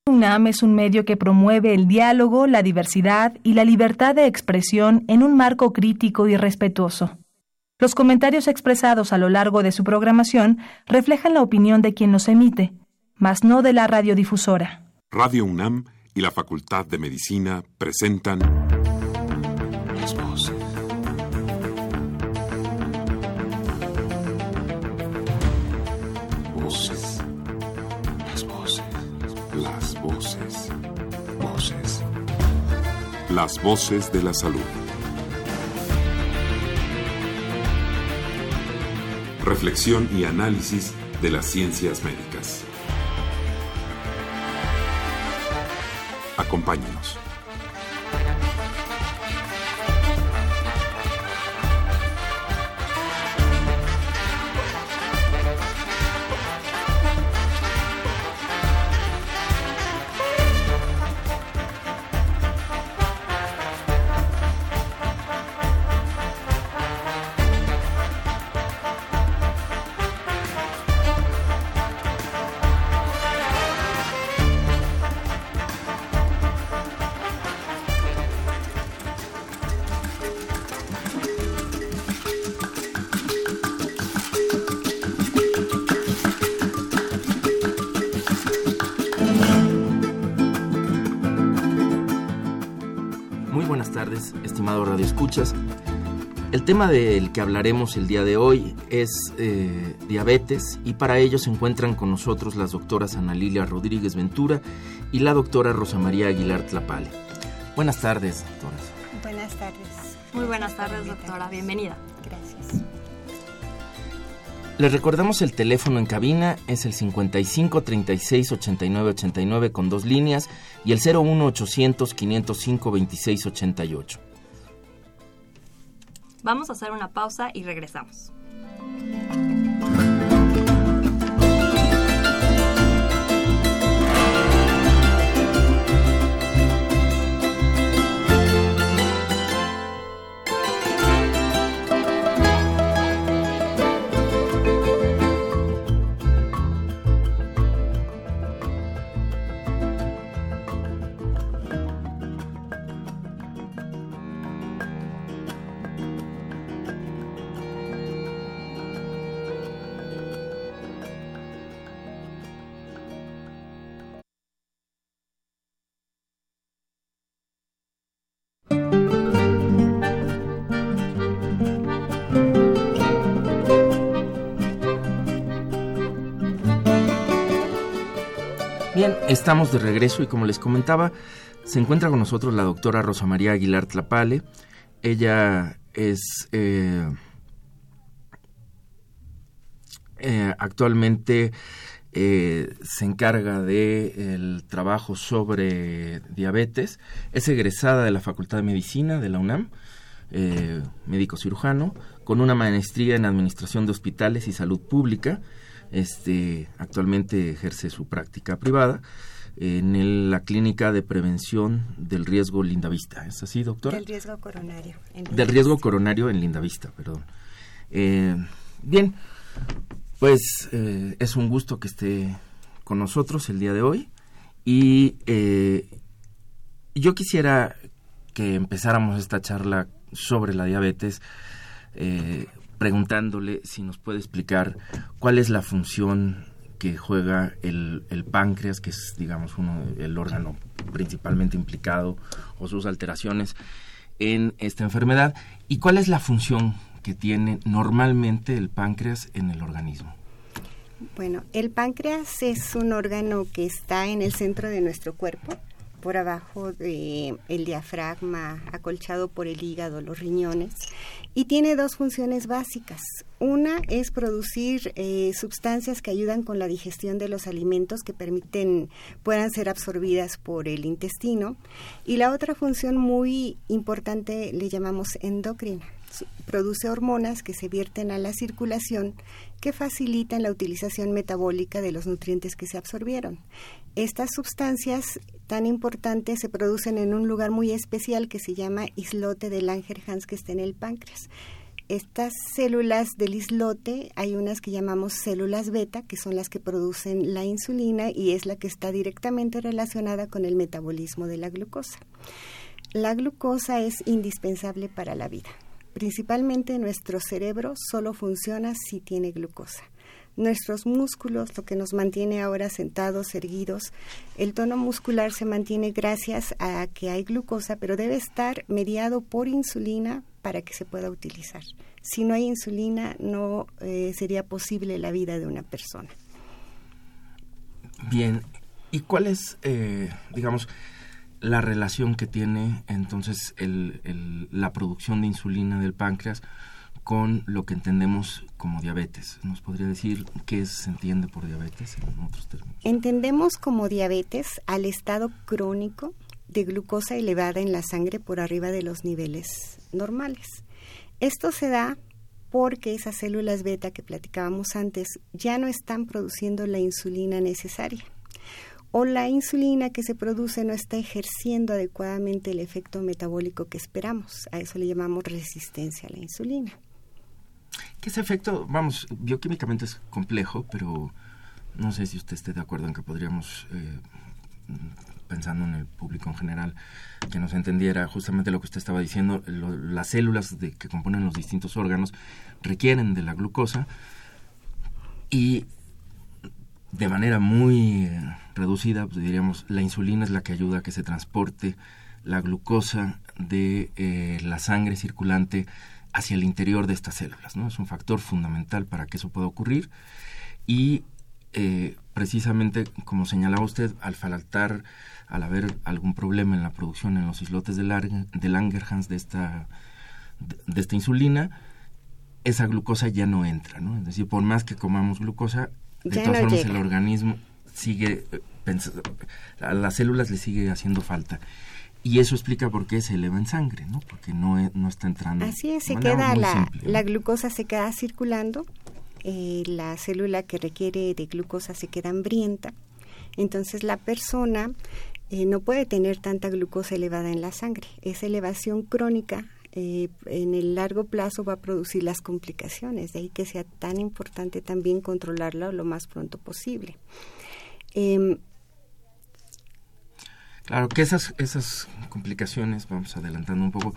UNAM es un medio que promueve el diálogo, la diversidad y la libertad de expresión en un marco crítico y respetuoso. Los comentarios expresados a lo largo de su programación reflejan la opinión de quien los emite, mas no de la radiodifusora. Radio UNAM y la Facultad de Medicina presentan Las Voces. Voces. Las voces. Las voces. Voces. Las voces de la salud. Reflexión y análisis de las ciencias médicas. Acompáñenos. Estimados radioescuchas, el tema del que hablaremos el día de hoy es diabetes, y para ello se encuentran con nosotros las doctoras Ana Lilia Rodríguez Ventura y la doctora Rosa María Aguilar Tlapale. Buenas tardes, doctoras. Buenas tardes. Muy buenas tardes, doctora. Bienvenida. Gracias. Les recordamos el teléfono en cabina, es el 55 36 89 89 con 2 líneas y el 01 800 505 26 88. Vamos a hacer una pausa y regresamos. Bien, estamos de regreso y como les comentaba, se encuentra con nosotros la doctora Rosa María Aguilar Tlapale. Ella es actualmente se encarga del trabajo sobre diabetes. Es egresada de la Facultad de Medicina de la UNAM, médico cirujano, con una maestría en Administración de Hospitales y Salud Pública. Actualmente ejerce su práctica privada en la Clínica de Prevención del Riesgo Lindavista. ¿Es así, doctora? Del riesgo coronario. Del riesgo coronario en Lindavista, perdón. Bien, pues es un gusto que esté con nosotros el día de hoy y yo quisiera que empezáramos esta charla sobre la diabetes preguntándole si nos puede explicar cuál es la función que juega el páncreas, que es, digamos, el órgano principalmente implicado, o sus alteraciones en esta enfermedad, y cuál es la función que tiene normalmente el páncreas en el organismo. Bueno, el páncreas es un órgano que está en el centro de nuestro cuerpo, por abajo del diafragma, acolchado por el hígado, los riñones, y tiene dos funciones básicas. Una es producir sustancias que ayudan con la digestión de los alimentos que puedan ser absorbidas por el intestino, y la otra función muy importante le llamamos endocrina. Produce hormonas que se vierten a la circulación que facilitan la utilización metabólica de los nutrientes que se absorbieron. Estas sustancias tan importantes se producen en un lugar muy especial que se llama islote de Langerhans, que está en el páncreas. Estas células del islote, hay unas que llamamos células beta, que son las que producen la insulina y es la que está directamente relacionada con el metabolismo de la glucosa. La glucosa es indispensable para la vida. Principalmente nuestro cerebro solo funciona si tiene glucosa. Nuestros músculos, lo que nos mantiene ahora sentados, erguidos, el tono muscular se mantiene gracias a que hay glucosa, pero debe estar mediado por insulina para que se pueda utilizar. Si no hay insulina, no sería posible la vida de una persona. Bien, ¿y cuál es, la relación que tiene entonces la producción de insulina del páncreas con lo que entendemos como diabetes? ¿Nos podría decir qué se entiende por diabetes en otros términos? Entendemos como diabetes al estado crónico de glucosa elevada en la sangre por arriba de los niveles normales. Esto se da porque esas células beta que platicábamos antes ya no están produciendo la insulina necesaria, o la insulina que se produce no está ejerciendo adecuadamente el efecto metabólico que esperamos. A eso le llamamos resistencia a la insulina. Que ese efecto, bioquímicamente es complejo, pero no sé si usted esté de acuerdo en que podríamos, pensando en el público en general, que nos entendiera justamente lo que usted estaba diciendo, las células que componen los distintos órganos requieren de la glucosa y de manera muy reducida, pues diríamos, la insulina es la que ayuda a que se transporte la glucosa de la sangre circulante hacia el interior de estas células, ¿no? Es un factor fundamental para que eso pueda ocurrir y precisamente, como señalaba usted, al haber algún problema en la producción en los islotes de Langerhans de esta insulina, esa glucosa ya no entra, ¿no? Es decir, por más que comamos glucosa, de todas formas el organismo sigue a las células le sigue haciendo falta. Y eso explica por qué se eleva en sangre, ¿no? Porque no está entrando. Así es, la glucosa se queda circulando, la célula que requiere de glucosa se queda hambrienta, entonces la persona no puede tener tanta glucosa elevada en la sangre. Esa elevación crónica en el largo plazo va a producir las complicaciones, de ahí que sea tan importante también controlarla lo más pronto posible. Claro que esas complicaciones, vamos adelantando un poco,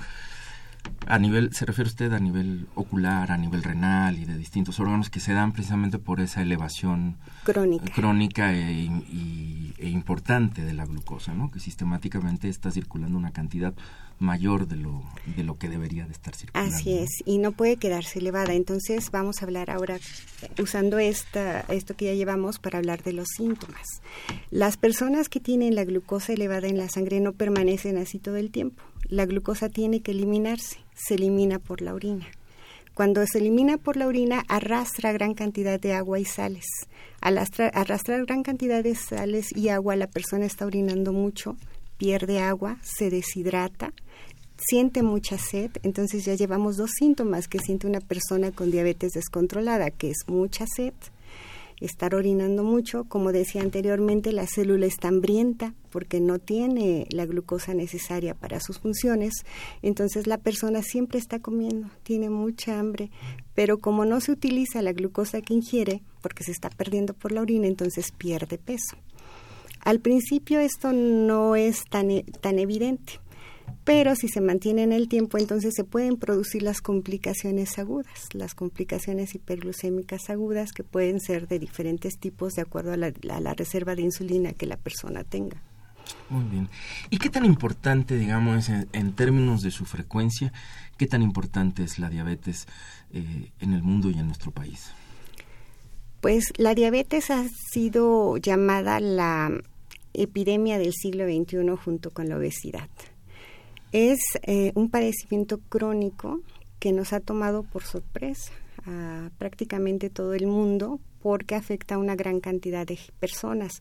¿se refiere usted a nivel ocular, a nivel renal y de distintos órganos que se dan precisamente por esa elevación crónica e importante de la glucosa, ¿no? Que sistemáticamente está circulando una cantidad mayor de lo que debería de estar circulando? Así es, y no puede quedarse elevada. Entonces vamos a hablar ahora, usando esto que ya llevamos, para hablar de los síntomas. Las personas que tienen la glucosa elevada en la sangre no permanecen así todo el tiempo. La glucosa tiene que eliminarse, se elimina por la orina. Cuando se elimina por la orina, arrastra gran cantidad de agua y sales. Al arrastrar gran cantidad de sales y agua, la persona está orinando mucho, pierde agua, se deshidrata, siente mucha sed. Entonces ya llevamos dos síntomas que siente una persona con diabetes descontrolada, que es mucha sed, estar orinando mucho. Como decía anteriormente, la célula está hambrienta porque no tiene la glucosa necesaria para sus funciones. Entonces la persona siempre está comiendo, tiene mucha hambre, pero como no se utiliza la glucosa que ingiere, porque se está perdiendo por la orina, entonces pierde peso. Al principio esto no es tan evidente, pero si se mantiene en el tiempo, entonces se pueden producir las complicaciones agudas, las complicaciones hiperglucémicas agudas, que pueden ser de diferentes tipos de acuerdo a la reserva de insulina que la persona tenga. Muy bien. ¿Y qué tan importante, digamos, en términos de su frecuencia, qué tan importante es la diabetes en el mundo y en nuestro país? Pues la diabetes ha sido llamada la epidemia del siglo XXI junto con la obesidad. Es un padecimiento crónico que nos ha tomado por sorpresa a prácticamente todo el mundo porque afecta a una gran cantidad de personas.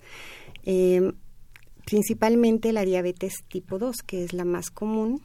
Principalmente la diabetes tipo 2, que es la más común.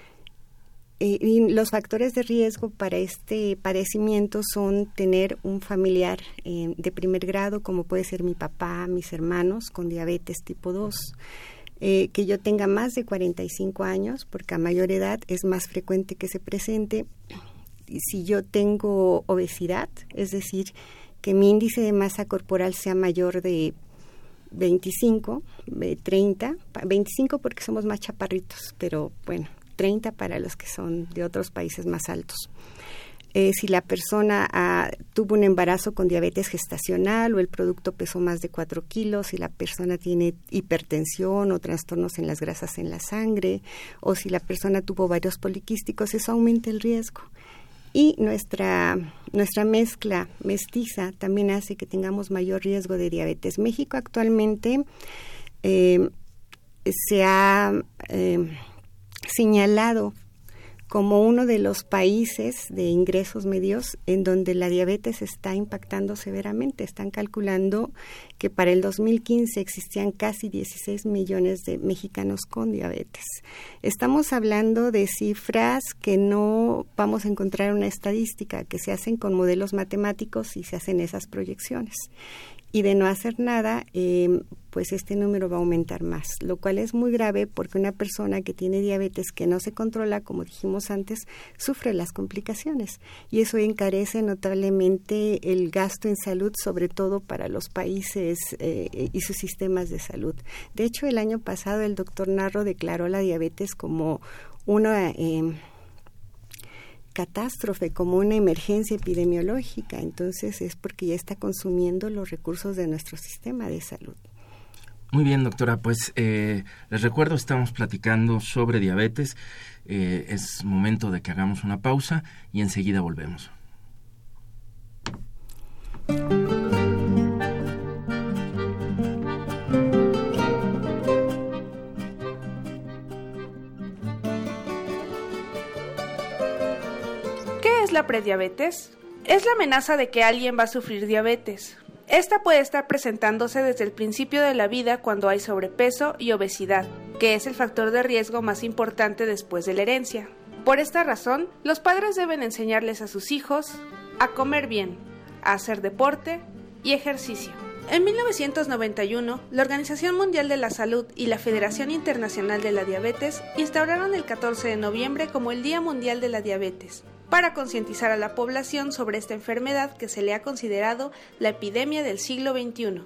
Y los factores de riesgo para este padecimiento son tener un familiar de primer grado, como puede ser mi papá, mis hermanos, con diabetes tipo 2, que yo tenga más de 45 años, porque a mayor edad es más frecuente que se presente, si yo tengo obesidad, es decir, que mi índice de masa corporal sea mayor de 25, 30, 25 porque somos más chaparritos, pero bueno, 30 para los que son de otros países más altos. Si la persona tuvo un embarazo con diabetes gestacional o el producto pesó más de 4 kilos, si la persona tiene hipertensión o trastornos en las grasas en la sangre, o si la persona tuvo varios poliquísticos, eso aumenta el riesgo. Y nuestra mezcla mestiza también hace que tengamos mayor riesgo de diabetes. México actualmente se ha señalado como uno de los países de ingresos medios en donde la diabetes está impactando severamente. Están calculando que para el 2015 existían casi 16 millones de mexicanos con diabetes. Estamos hablando de cifras que no vamos a encontrar en una estadística, que se hacen con modelos matemáticos y se hacen esas proyecciones. Y de no hacer nada, pues este número va a aumentar más, lo cual es muy grave porque una persona que tiene diabetes que no se controla, como dijimos antes, sufre las complicaciones y eso encarece notablemente el gasto en salud, sobre todo para los países y sus sistemas de salud. De hecho, el año pasado el doctor Narro declaró la diabetes como una catástrofe, como una emergencia epidemiológica. Entonces es porque ya está consumiendo los recursos de nuestro sistema de salud. Muy bien, doctora, pues les recuerdo, estamos platicando sobre diabetes. Es momento de que hagamos una pausa y enseguida volvemos. ¿Qué es la prediabetes? Es la amenaza de que alguien va a sufrir diabetes. Esta puede estar presentándose desde el principio de la vida cuando hay sobrepeso y obesidad, que es el factor de riesgo más importante después de la herencia. Por esta razón, los padres deben enseñarles a sus hijos a comer bien, a hacer deporte y ejercicio. En 1991, la Organización Mundial de la Salud y la Federación Internacional de la Diabetes instauraron el 14 de noviembre como el Día Mundial de la Diabetes, para concientizar a la población sobre esta enfermedad que se le ha considerado la epidemia del siglo XXI.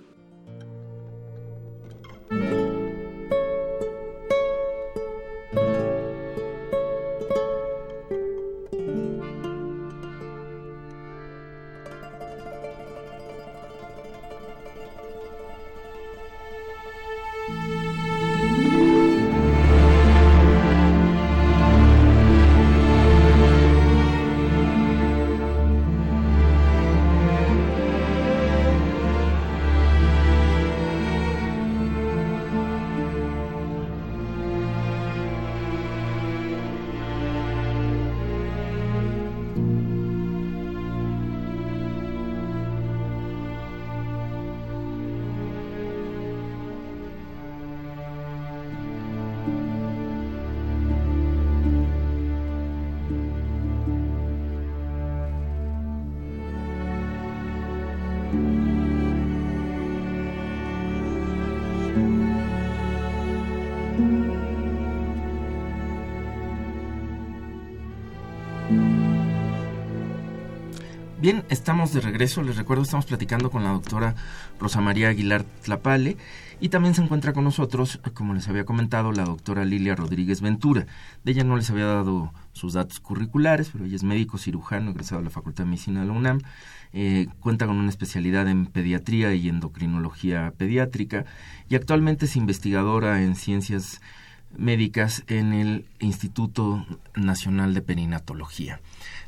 Bien, estamos de regreso. Les recuerdo, estamos platicando con la doctora Rosa María Aguilar Tlapale y también se encuentra con nosotros, como les había comentado, la doctora Lilia Rodríguez Ventura. De ella no les había dado sus datos curriculares, pero ella es médico cirujano egresado de la Facultad de Medicina de la UNAM. Cuenta con una especialidad en pediatría y endocrinología pediátrica y actualmente es investigadora en ciencias médicas en el Instituto Nacional de Perinatología.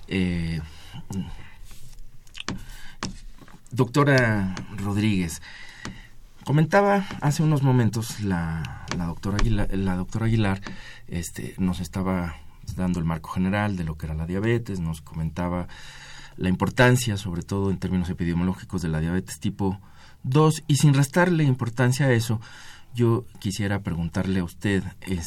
Doctora Rodríguez, comentaba hace unos momentos la doctora Aguilar nos estaba dando el marco general de lo que era la diabetes, nos comentaba la importancia, sobre todo en términos epidemiológicos, de la diabetes tipo 2, y sin restarle importancia a eso, yo quisiera preguntarle a usted,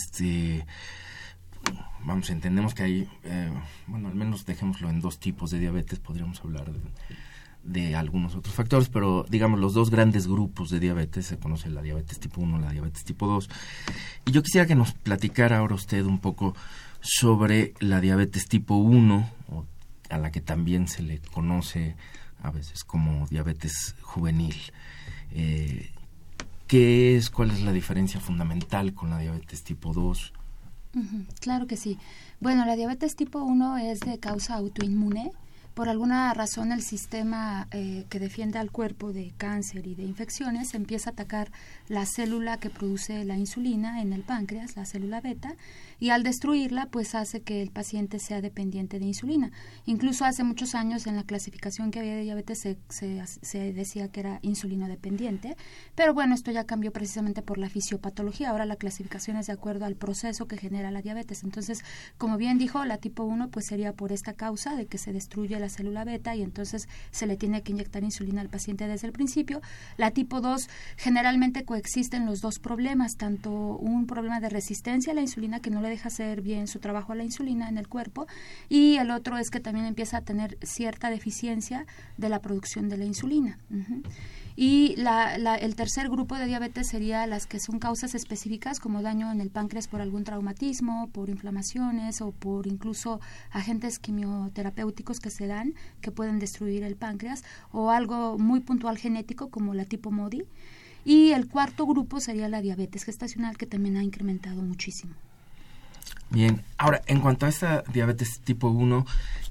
entendemos que hay, al menos dejémoslo en dos tipos de diabetes, podríamos hablar de algunos otros factores, pero digamos los dos grandes grupos de diabetes, se conoce la diabetes tipo 1, la diabetes tipo 2, y yo quisiera que nos platicara ahora usted un poco sobre la diabetes tipo 1, o a la que también se le conoce a veces como diabetes juvenil. ¿Cuál es la diferencia fundamental con la diabetes tipo 2? Claro que sí. Bueno, la diabetes tipo 1 es de causa autoinmune. Por alguna razón el sistema que defiende al cuerpo de cáncer y de infecciones empieza a atacar la célula que produce la insulina en el páncreas, la célula beta, y al destruirla pues hace que el paciente sea dependiente de insulina. Incluso hace muchos años en la clasificación que había de diabetes se decía que era insulino dependiente, pero bueno, esto ya cambió precisamente por la fisiopatología. Ahora la clasificación es de acuerdo al proceso que genera la diabetes. Entonces, como bien dijo, la tipo 1 pues sería por esta causa de que se destruye la célula beta y entonces se le tiene que inyectar insulina al paciente desde el principio. La tipo 2 generalmente coexisten los dos problemas, tanto un problema de resistencia a la insulina que no le deja hacer bien su trabajo a la insulina en el cuerpo, y el otro es que también empieza a tener cierta deficiencia de la producción de la insulina. Y el tercer grupo de diabetes sería las que son causas específicas, como daño en el páncreas por algún traumatismo, por inflamaciones o por incluso agentes quimioterapéuticos que se dan, que pueden destruir el páncreas, o algo muy puntual genético como la tipo MODY. Y el cuarto grupo sería la diabetes gestacional, que también ha incrementado muchísimo. Bien, ahora, en cuanto a esta diabetes tipo 1,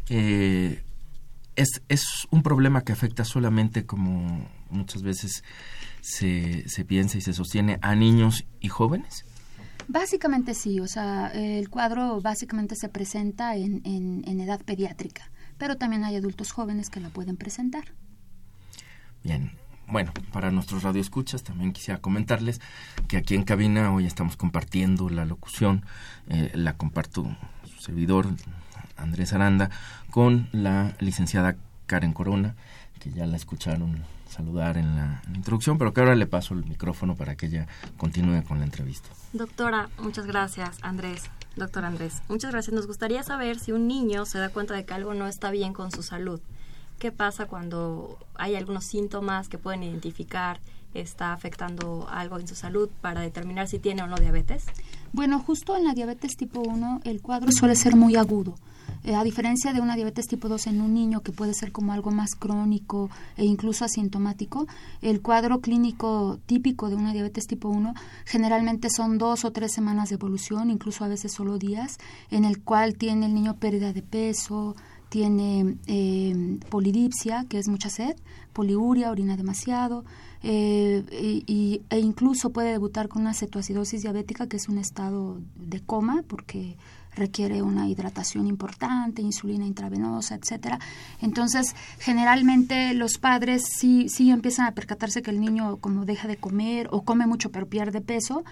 ¿es un problema que afecta solamente, como muchas veces se piensa y se sostiene, a niños y jóvenes? Básicamente sí, o sea, el cuadro básicamente se presenta en edad pediátrica, pero también hay adultos jóvenes que la pueden presentar. Bien. Bueno, para nuestros radioescuchas también quisiera comentarles que aquí en cabina hoy estamos compartiendo la locución, la comparto su servidor, Andrés Aranda, con la licenciada Karen Corona, que ya la escucharon saludar en la introducción, pero que ahora le paso el micrófono para que ella continúe con la entrevista. Doctora, muchas gracias, Andrés. Doctor Andrés, muchas gracias. Nos gustaría saber si un niño se da cuenta de que algo no está bien con su salud. ¿Qué pasa cuando hay algunos síntomas que pueden identificar está afectando algo en su salud para determinar si tiene o no diabetes? Bueno, justo en la diabetes tipo 1 el cuadro suele ser muy agudo. A diferencia de una diabetes tipo 2 en un niño, que puede ser como algo más crónico e incluso asintomático, el cuadro clínico típico de una diabetes tipo 1 generalmente son 2 o 3 semanas de evolución, incluso a veces solo días, en el cual tiene el niño pérdida de peso, tiene polidipsia, que es mucha sed, poliuria, orina demasiado, e incluso puede debutar con una cetoacidosis diabética, que es un estado de coma, porque requiere una hidratación importante, insulina intravenosa, etcétera. Entonces, generalmente los padres sí empiezan a percatarse que el niño como deja de comer o come mucho pero pierde peso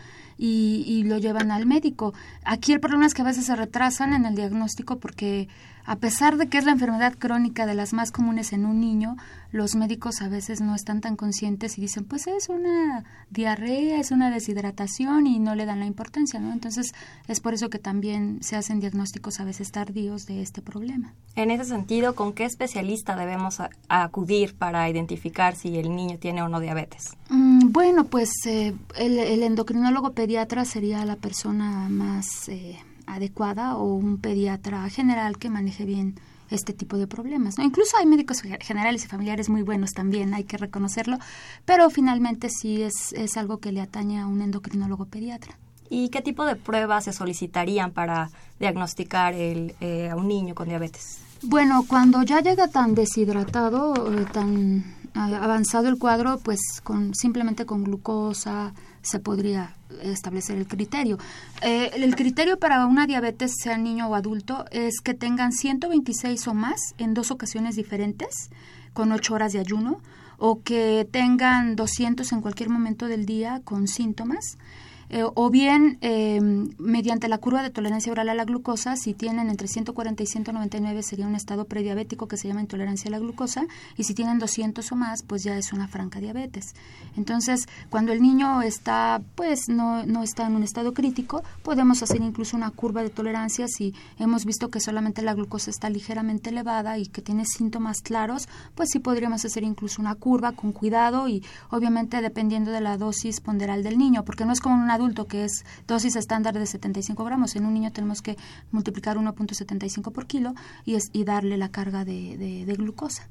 y lo llevan al médico. Aquí el problema es que a veces se retrasan en el diagnóstico porque, a pesar de que es la enfermedad crónica de las más comunes en un niño, los médicos a veces no están tan conscientes y dicen, pues es una diarrea, es una deshidratación, y no le dan la importancia, ¿no? Entonces, es por eso que también se hacen diagnósticos a veces tardíos de este problema. En ese sentido, ¿con qué especialista debemos acudir para identificar si el niño tiene o no diabetes? Bueno, pues el endocrinólogo pediatra sería la persona más adecuada, o un pediatra general que maneje bien este tipo de problemas, ¿no? Incluso hay médicos generales y familiares muy buenos también, hay que reconocerlo, pero finalmente sí es algo que le atañe a un endocrinólogo pediatra. ¿Y qué tipo de pruebas se solicitarían para diagnosticar a un niño con diabetes? Bueno, cuando ya llega tan deshidratado, tan avanzado el cuadro, pues simplemente con glucosa se podría establecer el criterio. El criterio para una diabetes, sea niño o adulto, es que tengan 126 o más en 2 ocasiones diferentes, con 8 horas de ayuno, o que tengan 200 en cualquier momento del día con síntomas, o bien mediante la curva de tolerancia oral a la glucosa. Si tienen entre 140 y 199 sería un estado prediabético que se llama intolerancia a la glucosa, y si tienen 200 o más, pues ya es una franca diabetes. Entonces, cuando el niño está, pues no está en un estado crítico, podemos hacer incluso una curva de tolerancia. Si hemos visto que solamente la glucosa está ligeramente elevada y que tiene síntomas claros, pues sí podríamos hacer incluso una curva con cuidado, y obviamente dependiendo de la dosis ponderal del niño, porque no es como una adulto, que es dosis estándar de 75 gramos, en un niño tenemos que multiplicar 1.75 por kilo y darle la carga de glucosa.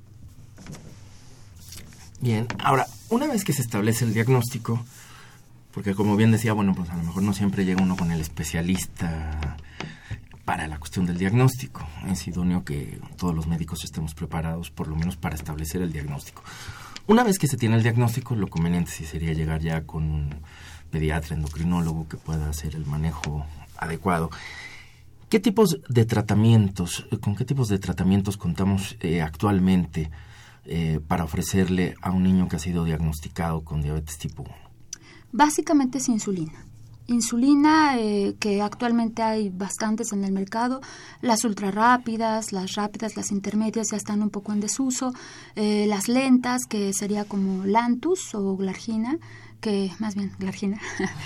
Bien, ahora, una vez que se establece el diagnóstico, porque como bien decía, bueno, pues a lo mejor no siempre llega uno con el especialista para la cuestión del diagnóstico. Es idóneo que todos los médicos estemos preparados, por lo menos para establecer el diagnóstico. Una vez que se tiene el diagnóstico, lo conveniente sí sería llegar ya con un pediatra, endocrinólogo que pueda hacer el manejo adecuado. ¿Con qué tipos de tratamientos contamos actualmente para ofrecerle a un niño que ha sido diagnosticado con diabetes tipo 1? Básicamente es insulina. Insulina, que actualmente hay bastantes en el mercado, las ultrarrápidas, las rápidas, las intermedias ya están un poco en desuso, las lentas, que sería como Lantus o Glargina, que más bien Glargina,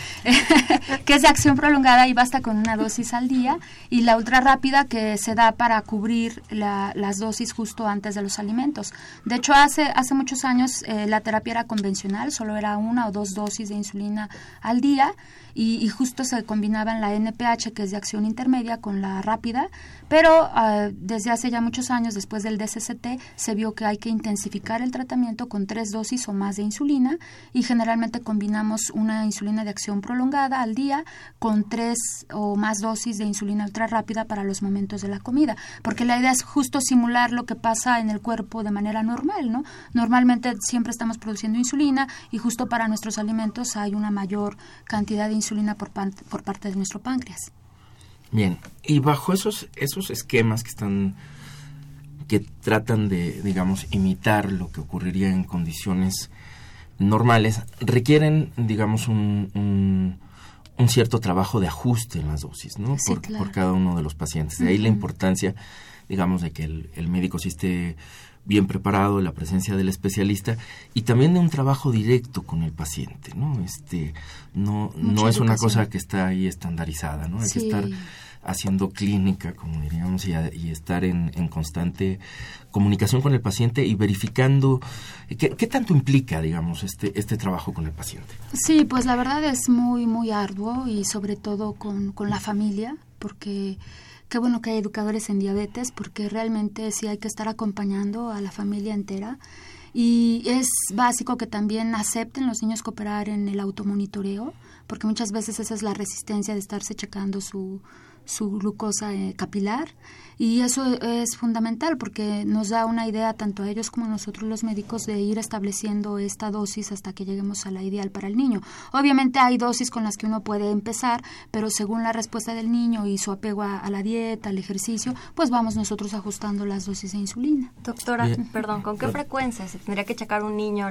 que es de acción prolongada y basta con una dosis al día, y la ultra rápida, que se da para cubrir las dosis justo antes de los alimentos. De hecho, hace muchos años la terapia era convencional, solo era 1 o 2 dosis de insulina al día, y justo se combinaban la NPH, que es de acción intermedia, con la rápida, pero desde hace ya muchos años, después del DCCT, se vio que hay que intensificar el tratamiento con 3 dosis o más de insulina, y generalmente combinamos una insulina de acción prolongada al día con 3 o más dosis de insulina ultra rápida para los momentos de la comida, porque la idea es justo simular lo que pasa en el cuerpo de manera normal, ¿no? Normalmente siempre estamos produciendo insulina, y justo para nuestros alimentos hay una mayor cantidad de insulina por parte de nuestro páncreas. Bien, y bajo esos esquemas que tratan de, digamos, imitar lo que ocurriría en condiciones normales, requieren, digamos, un cierto trabajo de ajuste en las dosis, ¿no? Sí, claro. Por cada uno de los pacientes. De ahí la importancia, digamos, de que el médico sí esté bien preparado, la presencia del especialista, y también de un trabajo directo con el paciente, ¿no? No es una cosa que está ahí estandarizada, ¿no? Hay que estar haciendo clínica, como diríamos, y estar en constante comunicación con el paciente y verificando qué tanto implica, digamos, este trabajo con el paciente. Sí, pues la verdad es muy, muy arduo, y sobre todo con la familia, porque qué bueno que hay educadores en diabetes, porque realmente sí hay que estar acompañando a la familia entera, y es básico que también acepten los niños cooperar en el automonitoreo, porque muchas veces esa es la resistencia de estarse checando su glucosa capilar, y eso es fundamental porque nos da una idea tanto a ellos como a nosotros los médicos de ir estableciendo esta dosis hasta que lleguemos a la ideal para el niño. Obviamente hay dosis con las que uno puede empezar, pero según la respuesta del niño y su apego a la dieta, al ejercicio, pues vamos nosotros ajustando las dosis de insulina. Doctora, perdón, ¿con qué frecuencia se tendría que checar un niño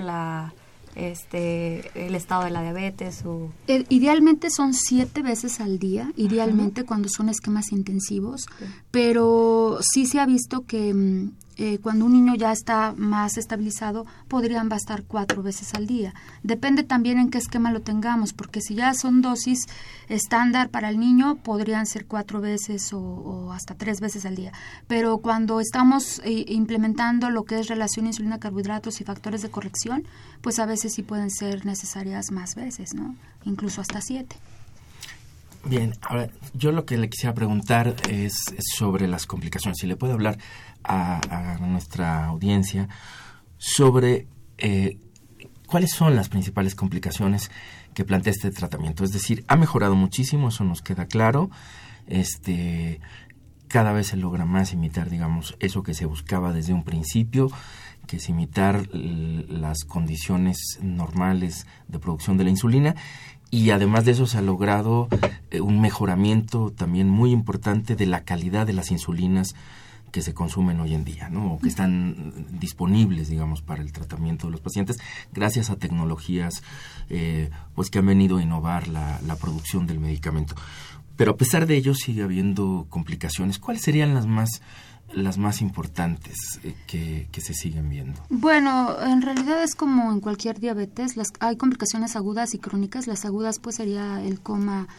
el estado de la diabetes? Idealmente son 7 veces al día, idealmente cuando son esquemas intensivos, pero sí se ha visto que cuando un niño ya está más estabilizado, podrían bastar 4 veces al día. Depende también en qué esquema lo tengamos, porque si ya son dosis estándar para el niño, podrían ser 4 veces o hasta 3 veces al día. Pero cuando estamos implementando lo que es relación insulina-carbohidratos y factores de corrección, pues a veces sí pueden ser necesarias más veces, ¿no? Incluso hasta 7. Bien, ahora yo lo que le quisiera preguntar es sobre las complicaciones. Si le puede hablar a nuestra audiencia sobre cuáles son las principales complicaciones que plantea este tratamiento. Es decir, ha mejorado muchísimo, eso nos queda claro. Cada vez se logra más imitar, digamos, eso que se buscaba desde un principio, que es imitar las condiciones normales de producción de la insulina. Y además de eso se ha logrado un mejoramiento también muy importante de la calidad de las insulinas que se consumen hoy en día, ¿no? O que están disponibles, digamos, para el tratamiento de los pacientes, gracias a tecnologías pues que han venido a innovar la producción del medicamento. Pero a pesar de ello sigue habiendo complicaciones. ¿Cuáles serían las más las más importantes que se siguen viendo? Bueno, en realidad es como en cualquier diabetes, hay complicaciones agudas y crónicas. Las agudas pues sería el coma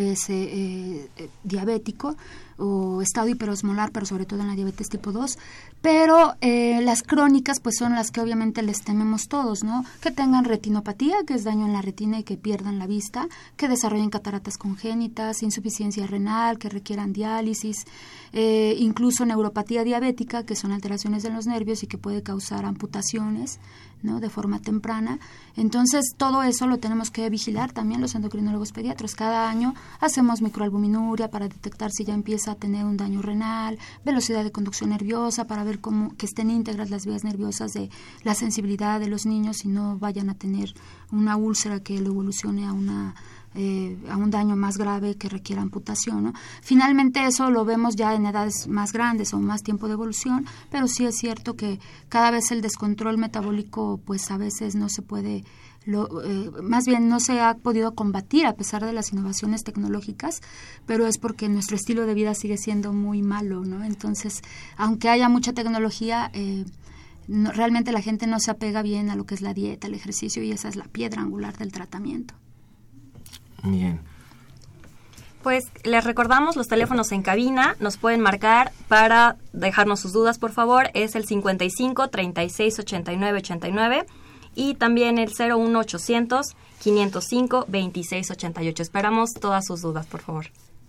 diabético o estado hiperosmolar, pero sobre todo en la diabetes tipo 2, pero las crónicas pues son las que obviamente les tememos todos, ¿no? Que tengan retinopatía, que es daño en la retina y que pierdan la vista, que desarrollen cataratas congénitas, insuficiencia renal, que requieran diálisis, incluso neuropatía diabética, que son alteraciones en los nervios y que puede causar amputaciones, ¿no? De forma temprana. Entonces, todo eso lo tenemos que vigilar también los endocrinólogos pediatras. Cada año hacemos microalbuminuria para detectar si ya empieza a tener un daño renal, velocidad de conducción nerviosa, para ver cómo que estén íntegras las vías nerviosas de la sensibilidad de los niños y no vayan a tener una úlcera que lo evolucione a un daño más grave que requiera amputación, ¿no? Finalmente eso lo vemos ya en edades más grandes o más tiempo de evolución, pero sí es cierto que cada vez el descontrol metabólico pues a veces no se puede, más bien no se ha podido combatir a pesar de las innovaciones tecnológicas, pero es porque nuestro estilo de vida sigue siendo muy malo, ¿no? Entonces, aunque haya mucha tecnología, realmente la gente no se apega bien a lo que es la dieta, el ejercicio, y esa es la piedra angular del tratamiento. Bien. Pues les recordamos los teléfonos en cabina, nos pueden marcar para dejarnos sus dudas, por favor, es el 55 36 89 89 y también el 01800 505 26 88. Esperamos todas sus dudas, por favor.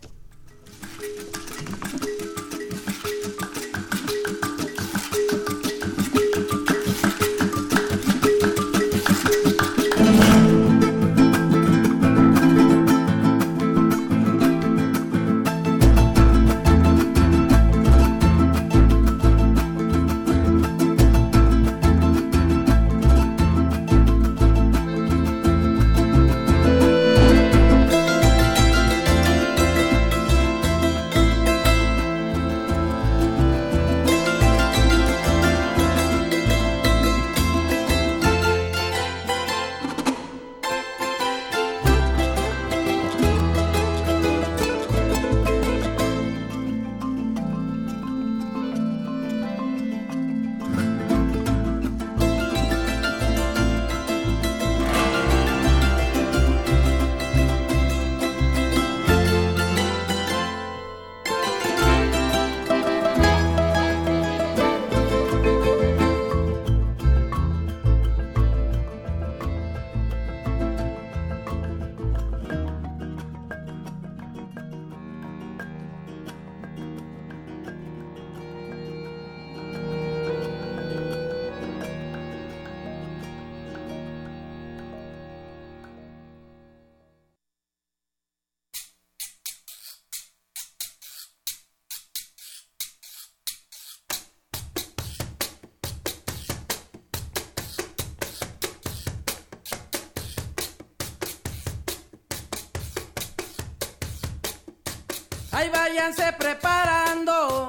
Ahí váyanse preparando,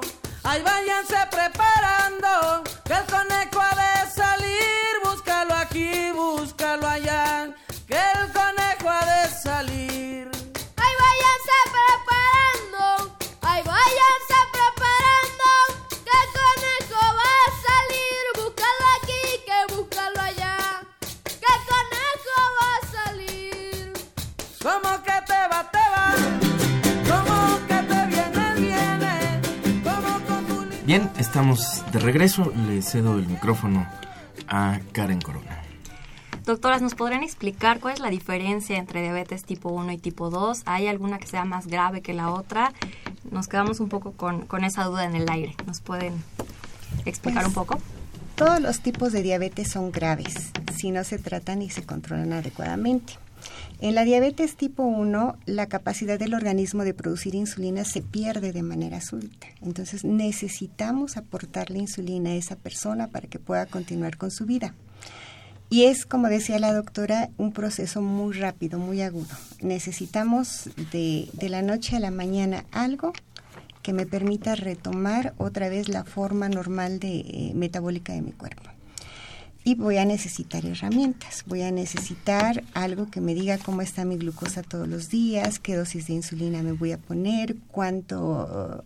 que el conejo ha de salir, búscalo aquí, búscalo allá, que el conejo ha de salir. Ahí váyanse preparando, que el conejo va a salir, búscalo aquí, que búscalo allá, que el conejo va a salir. ¿Cómo que te va? Bien, estamos de regreso. Le cedo el micrófono a Karen Corona. Doctoras, ¿nos podrían explicar cuál es la diferencia entre diabetes tipo 1 y tipo 2? ¿Hay alguna que sea más grave que la otra? Nos quedamos un poco con esa duda en el aire. ¿Nos pueden explicar un poco? Todos los tipos de diabetes son graves si no se tratan y se controlan adecuadamente. En la diabetes tipo 1, la capacidad del organismo de producir insulina se pierde de manera súbita. Entonces, necesitamos aportarle insulina a esa persona para que pueda continuar con su vida. Y es, como decía la doctora, un proceso muy rápido, muy agudo. Necesitamos de la noche a la mañana algo que me permita retomar otra vez la forma normal metabólica de mi cuerpo. Y voy a necesitar herramientas, voy a necesitar algo que me diga cómo está mi glucosa todos los días, qué dosis de insulina me voy a poner,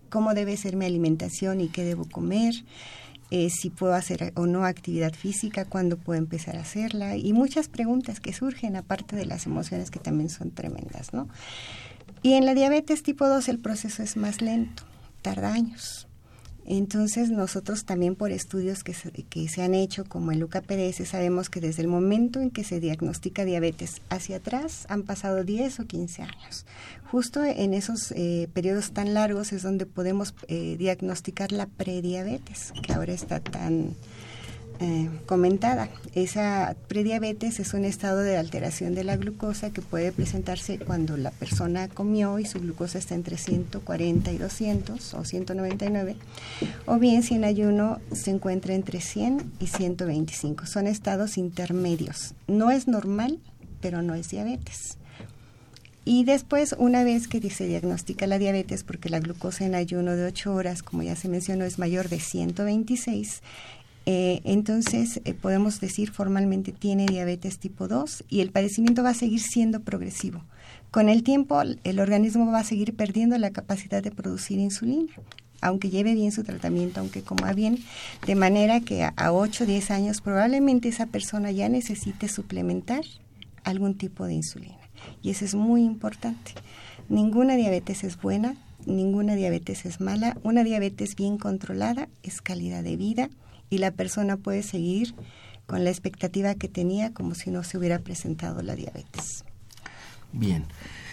cómo debe ser mi alimentación y qué debo comer, si puedo hacer o no actividad física, cuándo puedo empezar a hacerla, y muchas preguntas que surgen, aparte de las emociones que también son tremendas, ¿no? Y en la diabetes tipo 2 el proceso es más lento, tarda años. Entonces nosotros también por estudios que se han hecho, como el UCAPDS, sabemos que desde el momento en que se diagnostica diabetes hacia atrás han pasado 10 o 15 años. Justo en esos periodos tan largos es donde podemos diagnosticar la prediabetes, que ahora está tan comentada. Esa prediabetes es un estado de alteración de la glucosa que puede presentarse cuando la persona comió y su glucosa está entre 140 y 200 o 199, o bien si en ayuno se encuentra entre 100 y 125. Son estados intermedios. No es normal, pero no es diabetes. Y después, una vez que se diagnostica la diabetes, porque la glucosa en ayuno de 8 horas, como ya se mencionó, es mayor de 126, entonces podemos decir formalmente tiene diabetes tipo 2 y el padecimiento va a seguir siendo progresivo. Con el tiempo el organismo va a seguir perdiendo la capacidad de producir insulina, aunque lleve bien su tratamiento, aunque coma bien, de manera que a 8 o 10 años probablemente esa persona ya necesite suplementar algún tipo de insulina. Y eso es muy importante. Ninguna diabetes es buena, ninguna diabetes es mala. Una diabetes bien controlada es calidad de vida, y la persona puede seguir con la expectativa que tenía como si no se hubiera presentado la diabetes. Bien.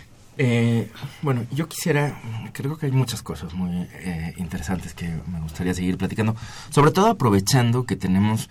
Bueno, yo creo que hay muchas cosas muy interesantes que me gustaría seguir platicando, sobre todo aprovechando que tenemos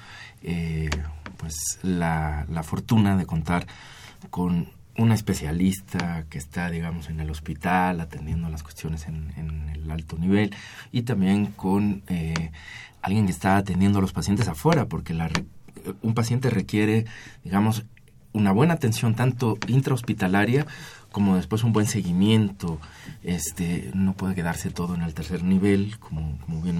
pues la fortuna de contar con una especialista que está, digamos, en el hospital atendiendo las cuestiones en el alto nivel, y también con alguien que está atendiendo a los pacientes afuera, porque un paciente requiere, digamos, una buena atención tanto intrahospitalaria como después un buen seguimiento. No puede quedarse todo en el tercer nivel, como bien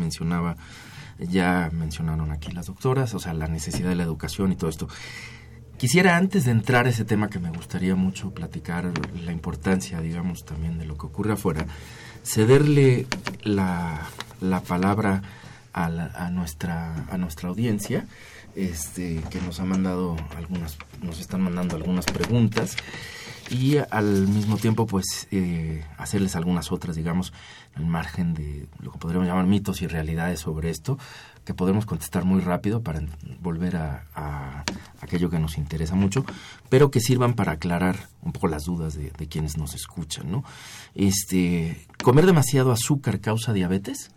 ya mencionaron aquí las doctoras, o sea, la necesidad de la educación y todo esto. Quisiera, antes de entrar a ese tema que me gustaría mucho platicar, la importancia, digamos, también de lo que ocurre afuera, cederle la palabra a nuestra audiencia, que nos están mandando algunas preguntas, y al mismo tiempo pues hacerles algunas otras, digamos, al margen de lo que podríamos llamar mitos y realidades sobre esto, que podemos contestar muy rápido para volver a aquello que nos interesa mucho, pero que sirvan para aclarar un poco las dudas de quienes nos escuchan, ¿no? ¿Comer demasiado azúcar causa diabetes?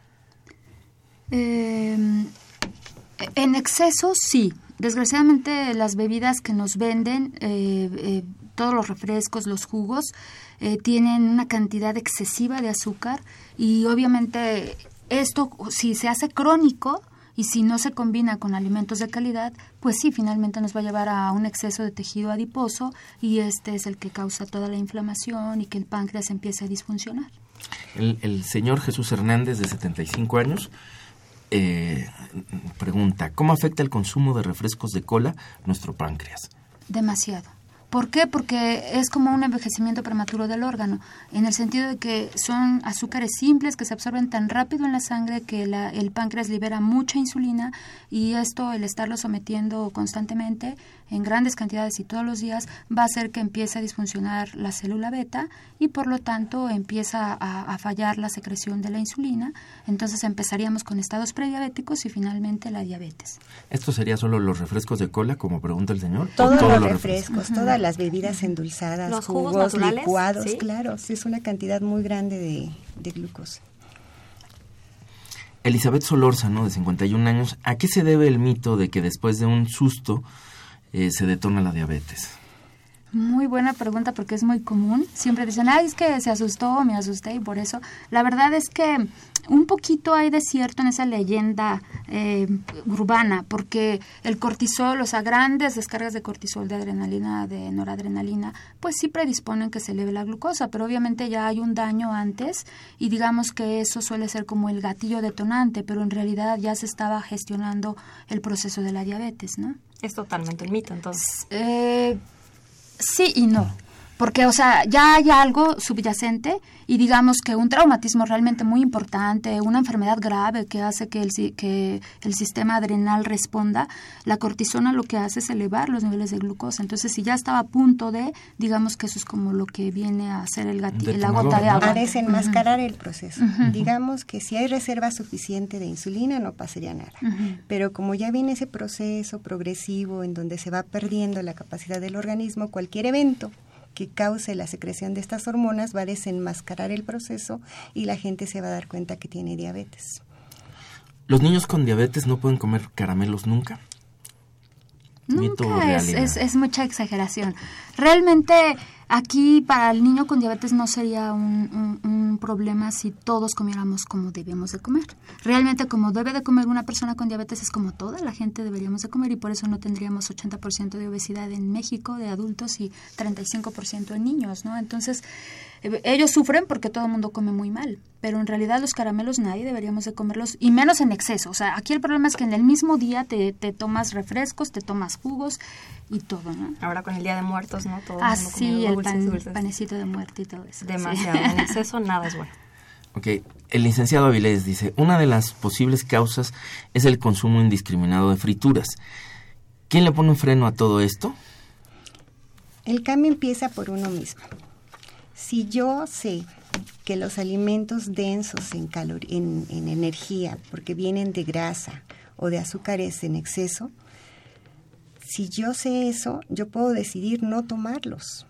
En exceso, sí. Desgraciadamente, las bebidas que nos venden, todos los refrescos, los jugos, tienen una cantidad excesiva de azúcar, y obviamente esto, si se hace crónico y si no se combina con alimentos de calidad, pues sí, finalmente nos va a llevar a un exceso de tejido adiposo, y este es el que causa toda la inflamación y que el páncreas empiece a disfuncionar. El señor Jesús Hernández, de 75 años, pregunta, ¿cómo afecta el consumo de refrescos de cola nuestro páncreas? Demasiado. ¿Por qué? Porque es como un envejecimiento prematuro del órgano, en el sentido de que son azúcares simples que se absorben tan rápido en la sangre que el páncreas libera mucha insulina, y esto, el estarlo sometiendo constantemente en grandes cantidades y todos los días, va a hacer que empiece a disfuncionar la célula beta, y por lo tanto empieza a fallar la secreción de la insulina. Entonces empezaríamos con estados prediabéticos y finalmente la diabetes. ¿Esto sería solo los refrescos de cola, como pregunta el señor? Todos los refrescos, todas las bebidas endulzadas, los jugos licuados, ¿sí? Claro, es una cantidad muy grande de glucosa. Elizabeth Solórzano, de 51 años, ¿a qué se debe el mito de que después de un susto se detona la diabetes? Muy buena pregunta, porque es muy común. Siempre dicen, es que se asustó, me asusté, y por eso. La verdad es que un poquito hay de cierto en esa leyenda urbana, porque el cortisol, o sea, grandes descargas de cortisol, de adrenalina, de noradrenalina, pues sí predisponen que se eleve la glucosa, pero obviamente ya hay un daño antes, y digamos que eso suele ser como el gatillo detonante, pero en realidad ya se estaba gestionando el proceso de la diabetes, ¿no? Es totalmente un mito, entonces. Sí y no. Porque, o sea, ya hay algo subyacente y digamos que un traumatismo realmente muy importante, una enfermedad grave que hace que el sistema adrenal responda, la cortisona lo que hace es elevar los niveles de glucosa. Entonces, si ya estaba a punto de, digamos que eso es como lo que viene a hacer la gota de agua. A desenmascarar el proceso. Digamos que si hay reserva suficiente de insulina no pasaría nada. Pero como ya viene ese proceso progresivo en donde se va perdiendo la capacidad del organismo, cualquier evento que cause la secreción de estas hormonas va a desenmascarar el proceso y la gente se va a dar cuenta que tiene diabetes. ¿Los niños con diabetes no pueden comer caramelos nunca? Nunca, es mucha exageración. Realmente aquí para el niño con diabetes no sería un problema si todos comiéramos como debemos de comer. Realmente como debe de comer una persona con diabetes es como toda la gente deberíamos de comer y por eso no tendríamos 80% de obesidad en México de adultos y 35% en niños, ¿no? Entonces ellos sufren porque todo el mundo come muy mal, pero en realidad los caramelos nadie deberíamos de comerlos y menos en exceso. O sea, aquí el problema es que en el mismo día te tomas refrescos, te tomas jugos y todo, ¿no? Ahora con el Día de Muertos, ¿no? Todo sí, el panecito de muerte y todo eso. Demasiado, en exceso nada es bueno. Ok, el licenciado Avilés dice, una de las posibles causas es el consumo indiscriminado de frituras. ¿Quién le pone un freno a todo esto? El cambio empieza por uno mismo. Si yo sé que los alimentos densos en energía, porque vienen de grasa o de azúcares en exceso, si yo sé eso, yo puedo decidir no tomarlos.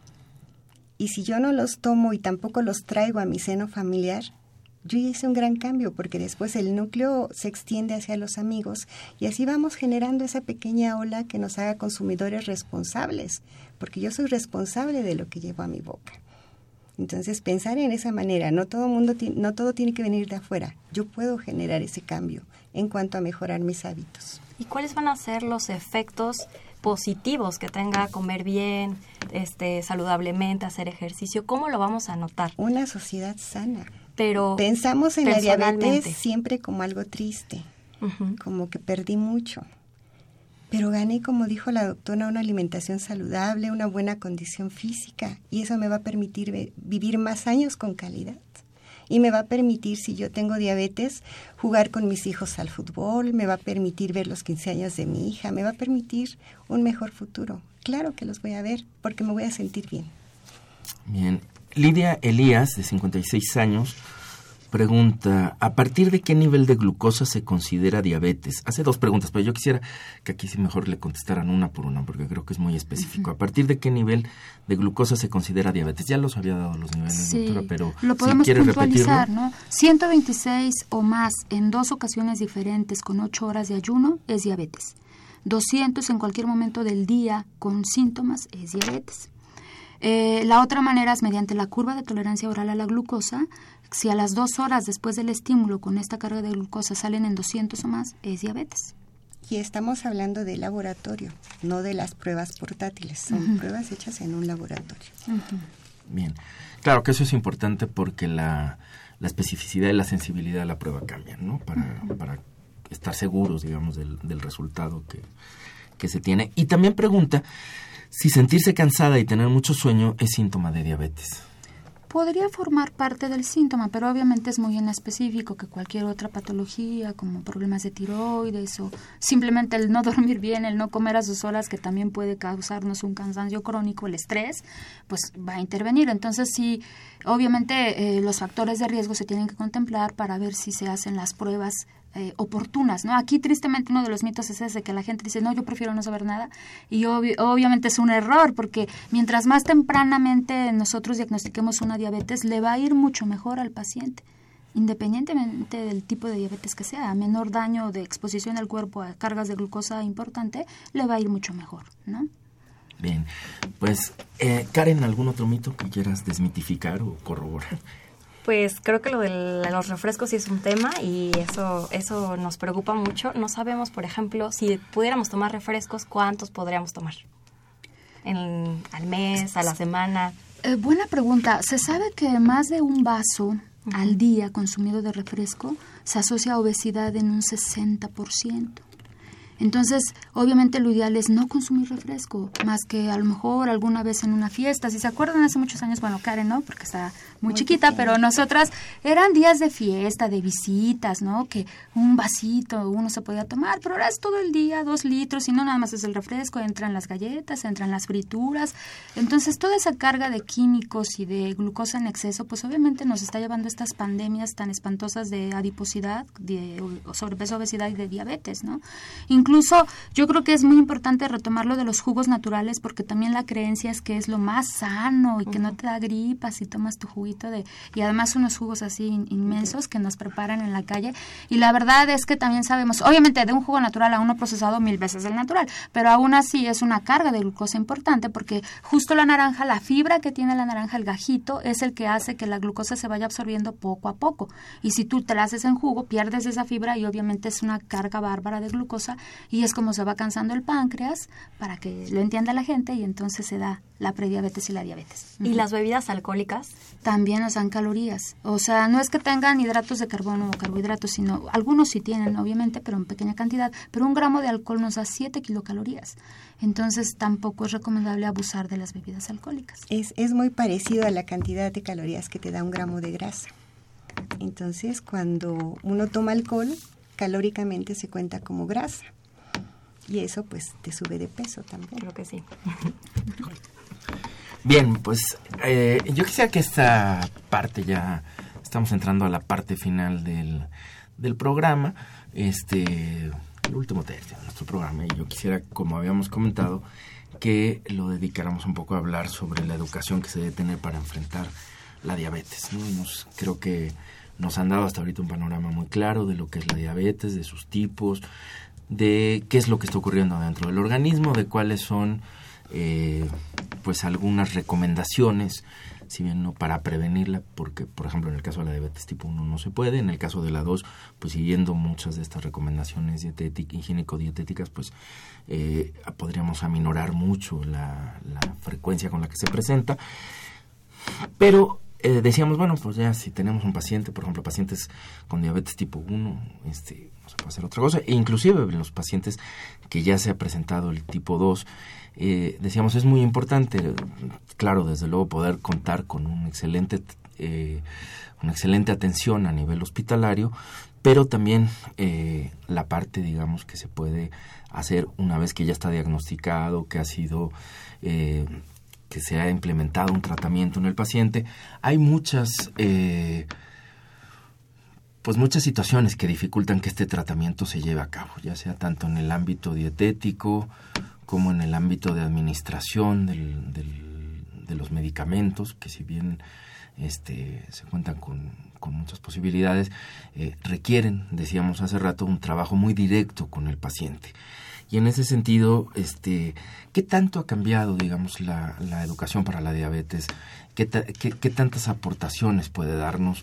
Y si yo no los tomo y tampoco los traigo a mi seno familiar, yo ya hice un gran cambio, porque después el núcleo se extiende hacia los amigos y así vamos generando esa pequeña ola que nos haga consumidores responsables, porque yo soy responsable de lo que llevo a mi boca. Entonces, pensar en esa manera, no todo tiene que venir de afuera. Yo puedo generar ese cambio en cuanto a mejorar mis hábitos. ¿Y cuáles van a ser los efectos positivos que tenga comer bien, saludablemente, hacer ejercicio? ¿Cómo lo vamos a notar? Una sociedad sana. Pero pensamos en la diabetes siempre como algo triste, como que perdí mucho. Pero gané, como dijo la doctora, una alimentación saludable, una buena condición física, y eso me va a permitir vivir más años con calidad. Y me va a permitir, si yo tengo diabetes, jugar con mis hijos al fútbol, me va a permitir ver los 15 años de mi hija, me va a permitir un mejor futuro. Claro que los voy a ver, porque me voy a sentir bien. Bien. Lidia Elías, de 56 años, pregunta, ¿a partir de qué nivel de glucosa se considera diabetes? Hace dos preguntas, pero yo quisiera que aquí sí mejor le contestaran una por una, porque creo que es muy específico. ¿A partir de qué nivel de glucosa se considera diabetes? Ya los había dado los niveles, doctora, pero lo podemos si quiere puntualizar, repetirlo. ¿no? 126 o más en 2 ocasiones diferentes con 8 horas de ayuno es diabetes. 200 en cualquier momento del día con síntomas es diabetes. La otra manera es mediante la curva de tolerancia oral a la glucosa. Si a las 2 horas después del estímulo con esta carga de glucosa salen en 200 o más, es diabetes. Y estamos hablando de laboratorio, no de las pruebas portátiles. Son pruebas hechas en un laboratorio. Bien. Claro que eso es importante porque la especificidad y la sensibilidad de la prueba cambian, ¿no? Para estar seguros, digamos, del resultado que se tiene. Y también pregunta si sentirse cansada y tener mucho sueño es síntoma de diabetes. Podría formar parte del síntoma, pero obviamente es muy inespecífico que cualquier otra patología, como problemas de tiroides o simplemente el no dormir bien, el no comer a sus horas, que también puede causarnos un cansancio crónico, el estrés, pues va a intervenir. Entonces sí, obviamente los factores de riesgo se tienen que contemplar para ver si se hacen las pruebas oportunas, ¿no? Aquí tristemente uno de los mitos es ese, que la gente dice, no, yo prefiero no saber nada, y obviamente es un error, porque mientras más tempranamente nosotros diagnostiquemos una diabetes, le va a ir mucho mejor al paciente, independientemente del tipo de diabetes que sea. A menor daño de exposición al cuerpo a cargas de glucosa importante, le va a ir mucho mejor, ¿no? Bien, pues Karen, ¿algún otro mito que quieras desmitificar o corroborar? Pues creo que lo de los refrescos sí es un tema y eso nos preocupa mucho. No sabemos, por ejemplo, si pudiéramos tomar refrescos, ¿cuántos podríamos tomar? ¿Al mes, a la semana? Buena pregunta. Se sabe que más de un vaso al día consumido de refresco se asocia a obesidad en un 60%. Entonces, obviamente lo ideal es no consumir refresco, más que a lo mejor alguna vez en una fiesta. Si se acuerdan, hace muchos años, bueno, Karen, ¿no? Porque está muy chiquita, pequeña. Pero nosotras eran días de fiesta, de visitas, ¿no? Que un vasito uno se podía tomar, pero ahora es todo el día, 2 litros, y no nada más es el refresco, entran las galletas, entran las frituras. Entonces, toda esa carga de químicos y de glucosa en exceso, pues obviamente nos está llevando a estas pandemias tan espantosas de adiposidad, de sobrepeso, obesidad y de diabetes, ¿no? Incluso yo creo que es muy importante retomar lo de los jugos naturales, porque también la creencia es que es lo más sano y que no te da gripas si tomas tu juguito y además unos jugos así inmensos que nos preparan en la calle. Y la verdad es que también sabemos, obviamente de un jugo natural a uno procesado 1000 veces el natural, pero aún así es una carga de glucosa importante, porque justo la naranja, la fibra que tiene la naranja, el gajito, es el que hace que la glucosa se vaya absorbiendo poco a poco. Y si tú te la haces en jugo, pierdes esa fibra y obviamente es una carga bárbara de glucosa. Y es como se va cansando el páncreas, para que lo entienda la gente, y entonces se da la prediabetes y la diabetes. ¿Y las bebidas alcohólicas? También nos dan calorías. O sea, no es que tengan hidratos de carbono o carbohidratos, sino algunos sí tienen, obviamente, pero en pequeña cantidad. Pero 1 gramo de alcohol nos da 7 kilocalorías. Entonces tampoco es recomendable abusar de las bebidas alcohólicas. Es muy parecido a la cantidad de calorías que te da 1 gramo de grasa. Entonces, cuando uno toma alcohol, calóricamente se cuenta como grasa. Y eso pues te sube de peso también. Creo que sí. Bien, pues yo quisiera que esta parte, ya estamos entrando a la parte final del programa, el último tercio de nuestro programa, y yo quisiera, como habíamos comentado, que lo dedicáramos un poco a hablar sobre la educación que se debe tener para enfrentar la diabetes, ¿no? Creo que nos han dado hasta ahorita un panorama muy claro de lo que es la diabetes, de sus tipos, de qué es lo que está ocurriendo dentro del organismo, de cuáles son pues algunas recomendaciones, si bien no para prevenirla, porque por ejemplo en el caso de la diabetes tipo 1 no se puede, en el caso de la 2, pues siguiendo muchas de estas recomendaciones higiénico-dietéticas, pues podríamos aminorar mucho la frecuencia con la que se presenta, pero decíamos, bueno, pues ya si tenemos un paciente, por ejemplo, pacientes con diabetes tipo 1, no se puede hacer otra cosa, e inclusive en los pacientes que ya se ha presentado el tipo 2, decíamos, es muy importante, claro, desde luego poder contar con una excelente atención a nivel hospitalario, pero también la parte, digamos, que se puede hacer una vez que ya está diagnosticado, que ha sido que se ha implementado un tratamiento en el paciente. Hay muchas situaciones que dificultan que este tratamiento se lleve a cabo, ya sea tanto en el ámbito dietético como en el ámbito de administración de los medicamentos, que si bien se cuentan con muchas posibilidades, requieren, decíamos hace rato, un trabajo muy directo con el paciente. Y en ese sentido, ¿qué tanto ha cambiado, digamos, la educación para la diabetes? ¿Qué tantas aportaciones puede darnos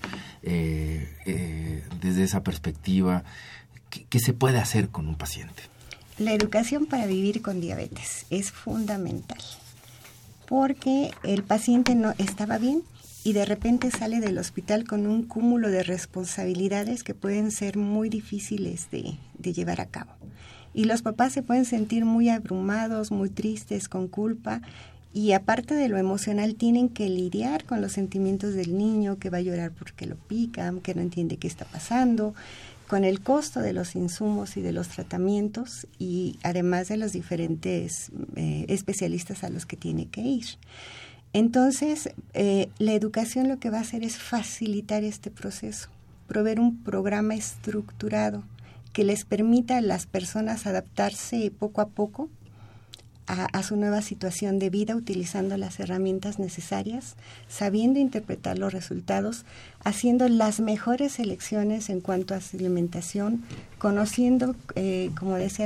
desde esa perspectiva? ¿Qué se puede hacer con un paciente? La educación para vivir con diabetes es fundamental, porque el paciente no estaba bien y de repente sale del hospital con un cúmulo de responsabilidades que pueden ser muy difíciles de llevar a cabo. Y los papás se pueden sentir muy abrumados, muy tristes, con culpa, y aparte de lo emocional tienen que lidiar con los sentimientos del niño que va a llorar porque lo pican, que no entiende qué está pasando, con el costo de los insumos y de los tratamientos, y además de los diferentes especialistas a los que tiene que ir. Entonces, la educación lo que va a hacer es facilitar este proceso, proveer un programa estructurado que les permita a las personas adaptarse poco a poco a su nueva situación de vida, utilizando las herramientas necesarias, sabiendo interpretar los resultados, haciendo las mejores elecciones en cuanto a su alimentación, conociendo, como decía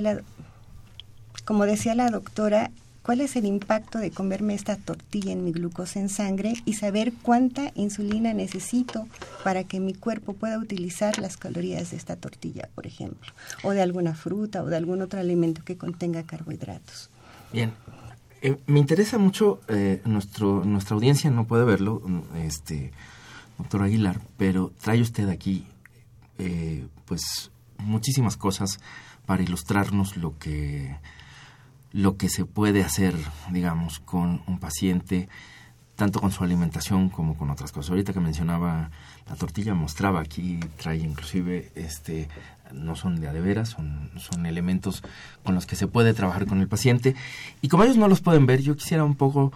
la doctora, cuál es el impacto de comerme esta tortilla en mi glucosa en sangre y saber cuánta insulina necesito para que mi cuerpo pueda utilizar las calorías de esta tortilla, por ejemplo, o de alguna fruta o de algún otro alimento que contenga carbohidratos. Bien, me interesa mucho, nuestra audiencia no puede verlo, doctor Aguilar, pero trae usted aquí pues muchísimas cosas para ilustrarnos lo que se puede hacer, digamos, con un paciente, tanto con su alimentación como con otras cosas. Ahorita que mencionaba la tortilla, mostraba aquí, trae inclusive, no son de a de veras, son elementos con los que se puede trabajar con el paciente. Y como ellos no los pueden ver, yo quisiera un poco,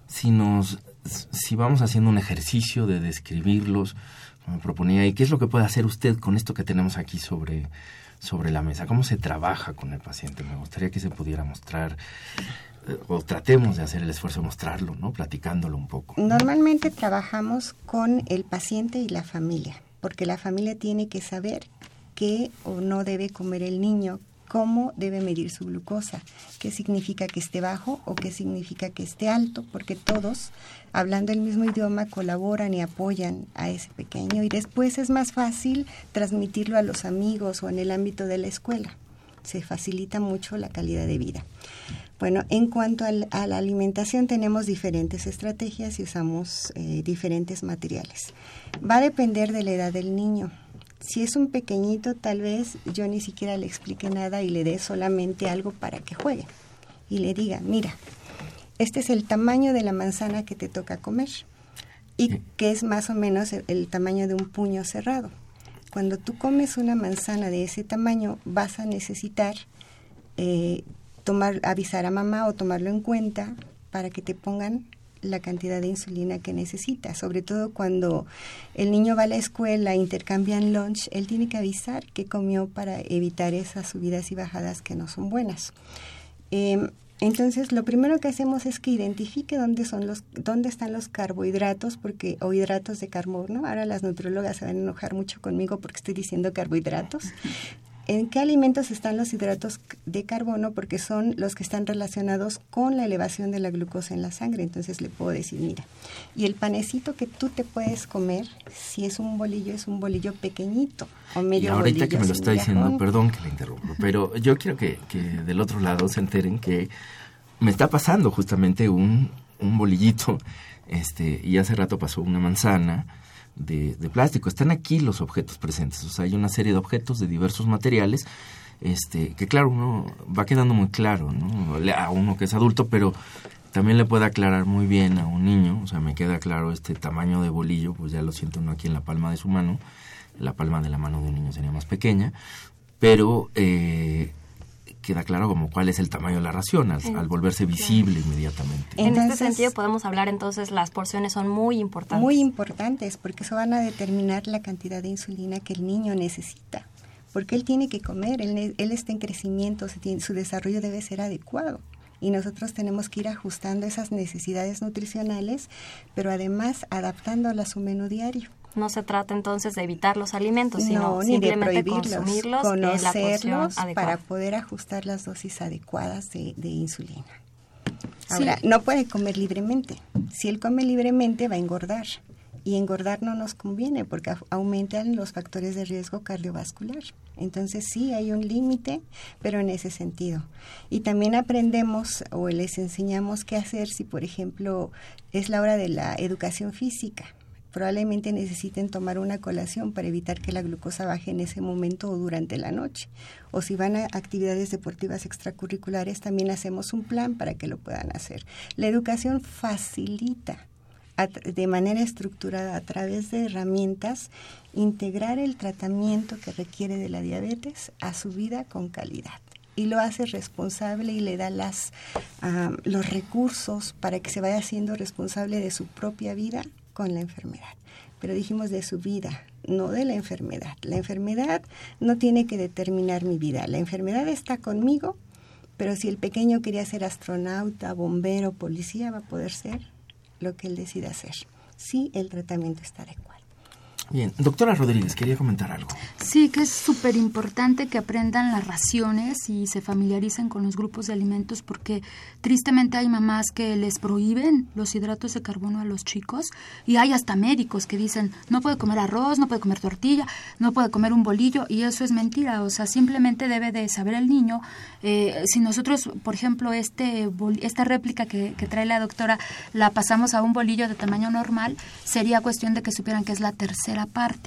si vamos haciendo un ejercicio de describirlos, como proponía, y qué es lo que puede hacer usted con esto que tenemos aquí sobre la mesa, cómo se trabaja con el paciente. Me gustaría que se pudiera mostrar, o tratemos de hacer el esfuerzo de mostrarlo, ¿no? Platicándolo un poco. Normalmente trabajamos con el paciente y la familia, porque la familia tiene que saber qué o no debe comer el niño, cómo debe medir su glucosa, qué significa que esté bajo o qué significa que esté alto, porque todos, hablando el mismo idioma, colaboran y apoyan a ese pequeño, y después es más fácil transmitirlo a los amigos o en el ámbito de la escuela. Se facilita mucho la calidad de vida. Bueno, en cuanto a la alimentación, tenemos diferentes estrategias y usamos diferentes materiales. Va a depender de la edad del niño. Si es un pequeñito, tal vez yo ni siquiera le explique nada y le dé solamente algo para que juegue. Y le diga, mira, este es el tamaño de la manzana que te toca comer. Y que es más o menos el tamaño de un puño cerrado. Cuando tú comes una manzana de ese tamaño, vas a necesitar avisar a mamá o tomarlo en cuenta para que te pongan la cantidad de insulina que necesita. Sobre todo cuando el niño va a la escuela, intercambian lunch, él tiene que avisar qué comió para evitar esas subidas y bajadas que no son buenas. Entonces, lo primero que hacemos es que identifique dónde están los carbohidratos, o hidratos de carbono. Ahora las nutriólogas se van a enojar mucho conmigo porque estoy diciendo carbohidratos. ¿En qué alimentos están los hidratos de carbono? Porque son los que están relacionados con la elevación de la glucosa en la sangre. Entonces le puedo decir, mira, y el panecito que tú te puedes comer, si es un bolillo pequeñito o medio bolillo. Y ahorita que me lo está diciendo, perdón que le interrumpo, pero yo quiero que del otro lado se enteren que me está pasando justamente un bolillito, y hace rato pasó una manzana de plástico. Están aquí los objetos presentes, o sea, hay una serie de objetos de diversos materiales, que claro, uno va quedando muy claro, ¿no? A uno que es adulto, pero también le puede aclarar muy bien a un niño. O sea, me queda claro este tamaño de bolillo, pues ya lo siente uno aquí en la palma de su mano. La palma de la mano de un niño sería más pequeña, pero queda claro como cuál es el tamaño de la ración al volverse visible inmediatamente. En este sentido podemos hablar entonces, las porciones son muy importantes. Muy importantes, porque eso van a determinar la cantidad de insulina que el niño necesita, porque él tiene que comer, él está en crecimiento, su desarrollo debe ser adecuado. Y nosotros tenemos que ir ajustando esas necesidades nutricionales, pero además adaptándolas a su menú diario. No se trata entonces de evitar los alimentos, sino simplemente de consumirlos, conocerlos para poder ajustar las dosis adecuadas de insulina. Ahora, no puede comer libremente. Si él come libremente va a engordar, y engordar no nos conviene porque aumentan los factores de riesgo cardiovascular. Entonces sí hay un límite, pero en ese sentido. Y también aprendemos o les enseñamos qué hacer si, por ejemplo, es la hora de la educación física. Probablemente necesiten tomar una colación para evitar que la glucosa baje en ese momento o durante la noche. O si van a actividades deportivas extracurriculares, también hacemos un plan para que lo puedan hacer. La educación facilita de manera estructurada a través de herramientas integrar el tratamiento que requiere de la diabetes a su vida con calidad. Y lo hace responsable y le da los recursos para que se vaya siendo responsable de su propia vida con la enfermedad. Pero dijimos de su vida, no de la enfermedad. La enfermedad no tiene que determinar mi vida. La enfermedad está conmigo, pero si el pequeño quería ser astronauta, bombero, policía, va a poder ser lo que él decida hacer, si el tratamiento está adecuado. Bien, doctora Rodríguez, quería comentar algo. Sí, que es súper importante que aprendan las raciones y se familiaricen con los grupos de alimentos, porque tristemente hay mamás que les prohíben los hidratos de carbono a los chicos, y hay hasta médicos que dicen no puede comer arroz, no puede comer tortilla, no puede comer un bolillo, y eso es mentira. O sea, simplemente debe de saber el niño. Si nosotros, por ejemplo, esta réplica que trae la doctora la pasamos a un bolillo de tamaño normal, sería cuestión de que supieran que es la tercera parte,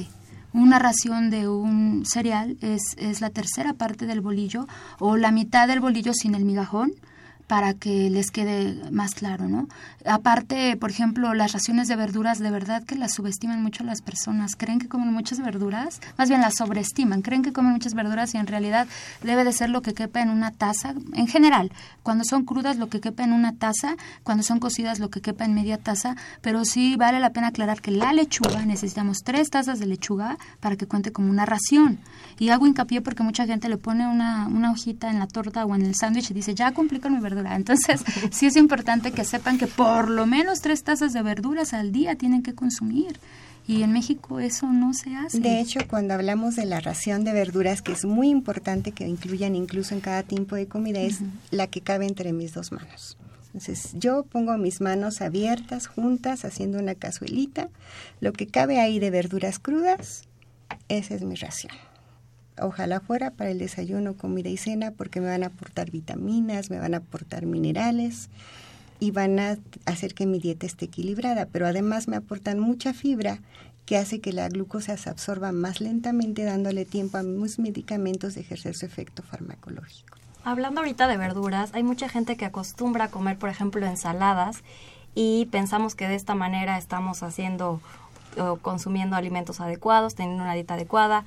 Una ración de un cereal es la tercera parte del bolillo o la mitad del bolillo sin el migajón, para que les quede más claro, ¿no? Aparte, por ejemplo, las raciones de verduras, de verdad que las subestiman mucho las personas. Creen que comen muchas verduras, más bien las sobreestiman. Creen que comen muchas verduras y en realidad debe de ser lo que quepa en una taza. En general, cuando son crudas, lo que quepa en una taza, cuando son cocidas, lo que quepa en media taza. Pero sí vale la pena aclarar que la lechuga, necesitamos 3 tazas de lechuga para que cuente como una ración. Y hago hincapié porque mucha gente le pone una hojita en la torta o en el sándwich y dice, ya cumplí con mi verdura. Entonces, sí es importante que sepan que por lo menos 3 tazas de verduras al día tienen que consumir. Y en México eso no se hace. De hecho, cuando hablamos de la ración de verduras, que es muy importante que incluyan incluso en cada tiempo de comida, es la que cabe entre mis 2 manos. Entonces, yo pongo mis manos abiertas, juntas, haciendo una cazuelita. Lo que cabe ahí de verduras crudas, esa es mi ración. Ojalá fuera para el desayuno, comida y cena, porque me van a aportar vitaminas, me van a aportar minerales y van a hacer que mi dieta esté equilibrada, pero además me aportan mucha fibra que hace que la glucosa se absorba más lentamente, dándole tiempo a mis medicamentos de ejercer su efecto farmacológico. Hablando ahorita de verduras, hay mucha gente que acostumbra a comer, por ejemplo, ensaladas y pensamos que de esta manera estamos haciendo o consumiendo alimentos adecuados, teniendo una dieta adecuada.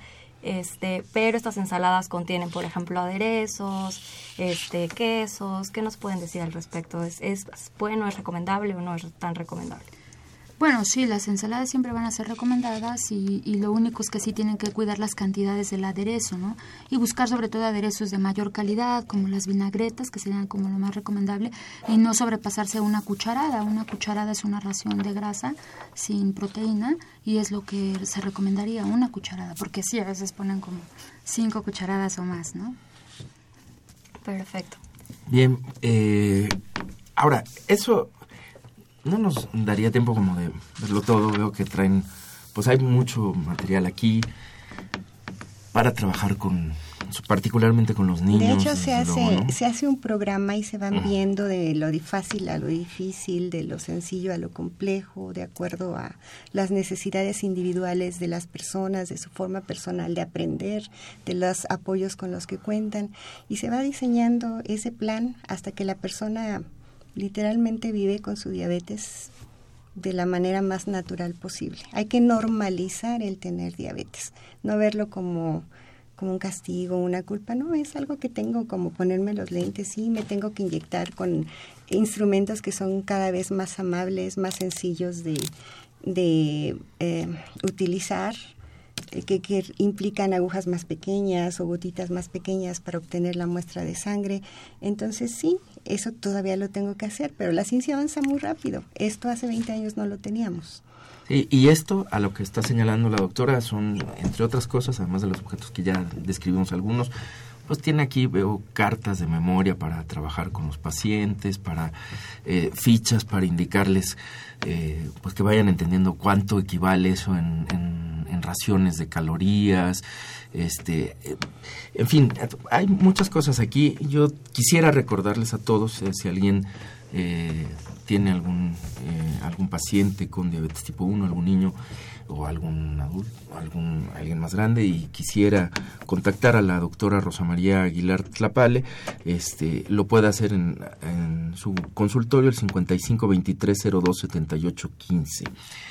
Pero estas ensaladas contienen, por ejemplo, aderezos, quesos. ¿Qué nos pueden decir al respecto? ¿Es bueno, es recomendable o no es tan recomendable? Bueno, sí, las ensaladas siempre van a ser recomendadas y lo único es que sí tienen que cuidar las cantidades del aderezo, ¿no? Y buscar sobre todo aderezos de mayor calidad, como las vinagretas, que serían como lo más recomendable, y no sobrepasarse una cucharada. Una cucharada es una ración de grasa sin proteína y es lo que se recomendaría, una cucharada, porque sí, a veces ponen como 5 cucharadas o más, ¿no? Perfecto. Bien, ahora, eso no nos daría tiempo como de verlo todo. Veo que traen, pues hay mucho material aquí para trabajar particularmente con los niños. De hecho, se hace un programa y se van viendo de lo fácil a lo difícil, de lo sencillo a lo complejo, de acuerdo a las necesidades individuales de las personas, de su forma personal de aprender, de los apoyos con los que cuentan, y se va diseñando ese plan hasta que la persona literalmente vive con su diabetes de la manera más natural posible. Hay que normalizar el tener diabetes, no verlo como un castigo, una culpa. No, es algo que tengo, como ponerme los lentes, sí, me tengo que inyectar con instrumentos que son cada vez más amables, más sencillos de utilizar, que implican agujas más pequeñas o gotitas más pequeñas para obtener la muestra de sangre. Entonces sí, eso todavía lo tengo que hacer, pero la ciencia avanza muy rápido. Esto hace 20 años no lo teníamos. Sí, y esto, a lo que está señalando la doctora, son, entre otras cosas, además de los objetos que ya describimos algunos, pues tiene aquí, veo, cartas de memoria para trabajar con los pacientes, para fichas para indicarles, pues que vayan entendiendo cuánto equivale eso en raciones de calorías, en fin, hay muchas cosas aquí. Yo quisiera recordarles a todos, si alguien tiene algún paciente con diabetes tipo 1, algún niño o algún adulto, alguien más grande y quisiera contactar a la doctora Rosa María Aguilar Tlapale, lo puede hacer en su consultorio, el 5523027815.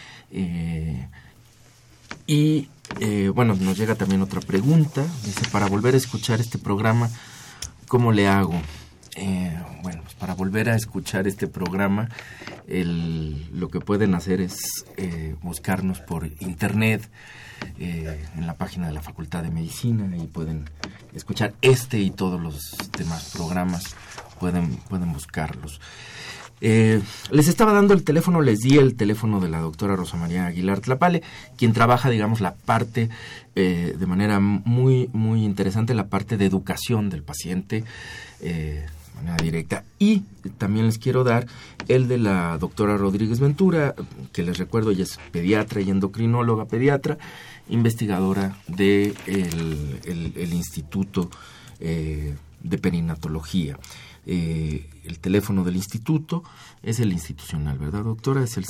Bueno, nos llega también otra pregunta. Dice, para volver a escuchar este programa, ¿cómo le hago? Bueno, pues para volver a escuchar este programa, lo que pueden hacer es buscarnos por internet, en la página de la Facultad de Medicina, y pueden escuchar y todos los demás programas, pueden buscarlos. Les estaba dando el teléfono, les di el teléfono de la doctora Rosa María Aguilar Tlapale, quien trabaja, digamos, la parte de manera muy, muy interesante, la parte de educación del paciente, de manera directa. Y también les quiero dar el de la doctora Rodríguez Ventura, que les recuerdo, ella es pediatra y endocrinóloga pediatra, investigadora del Instituto de Perinatología. El teléfono del instituto es el institucional, ¿verdad, doctora? Es el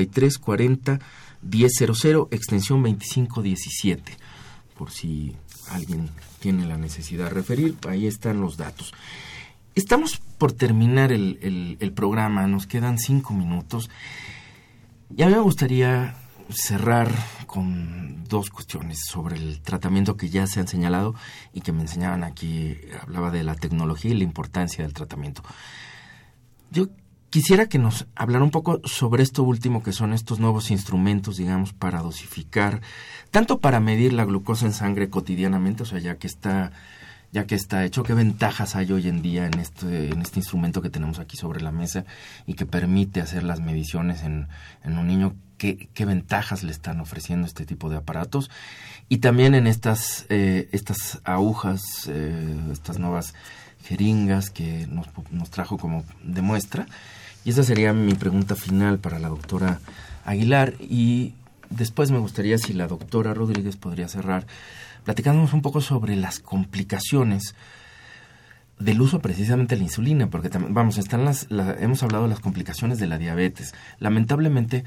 5340-1000, extensión 2517, por si alguien tiene la necesidad de referir, ahí están los datos. Estamos por terminar el programa, nos quedan 5 minutos, y a mí me gustaría cerrar con 2 cuestiones sobre el tratamiento que ya se han señalado y que me enseñaban aquí. Hablaba de la tecnología y la importancia del tratamiento. Yo quisiera que nos hablara un poco sobre esto último, que son estos nuevos instrumentos, digamos, para dosificar, tanto para medir la glucosa en sangre cotidianamente, o sea, ya que está hecho, qué ventajas hay hoy en día en este instrumento que tenemos aquí sobre la mesa y que permite hacer las mediciones en un niño. ¿Qué ventajas le están ofreciendo este tipo de aparatos? Y también en estas agujas, estas nuevas jeringas que nos trajo como de muestra. Y esa sería mi pregunta final para la doctora Aguilar. Y después me gustaría si la doctora Rodríguez podría cerrar platicándonos un poco sobre las complicaciones del uso precisamente de la insulina, porque hemos hablado de las complicaciones de la diabetes. Lamentablemente,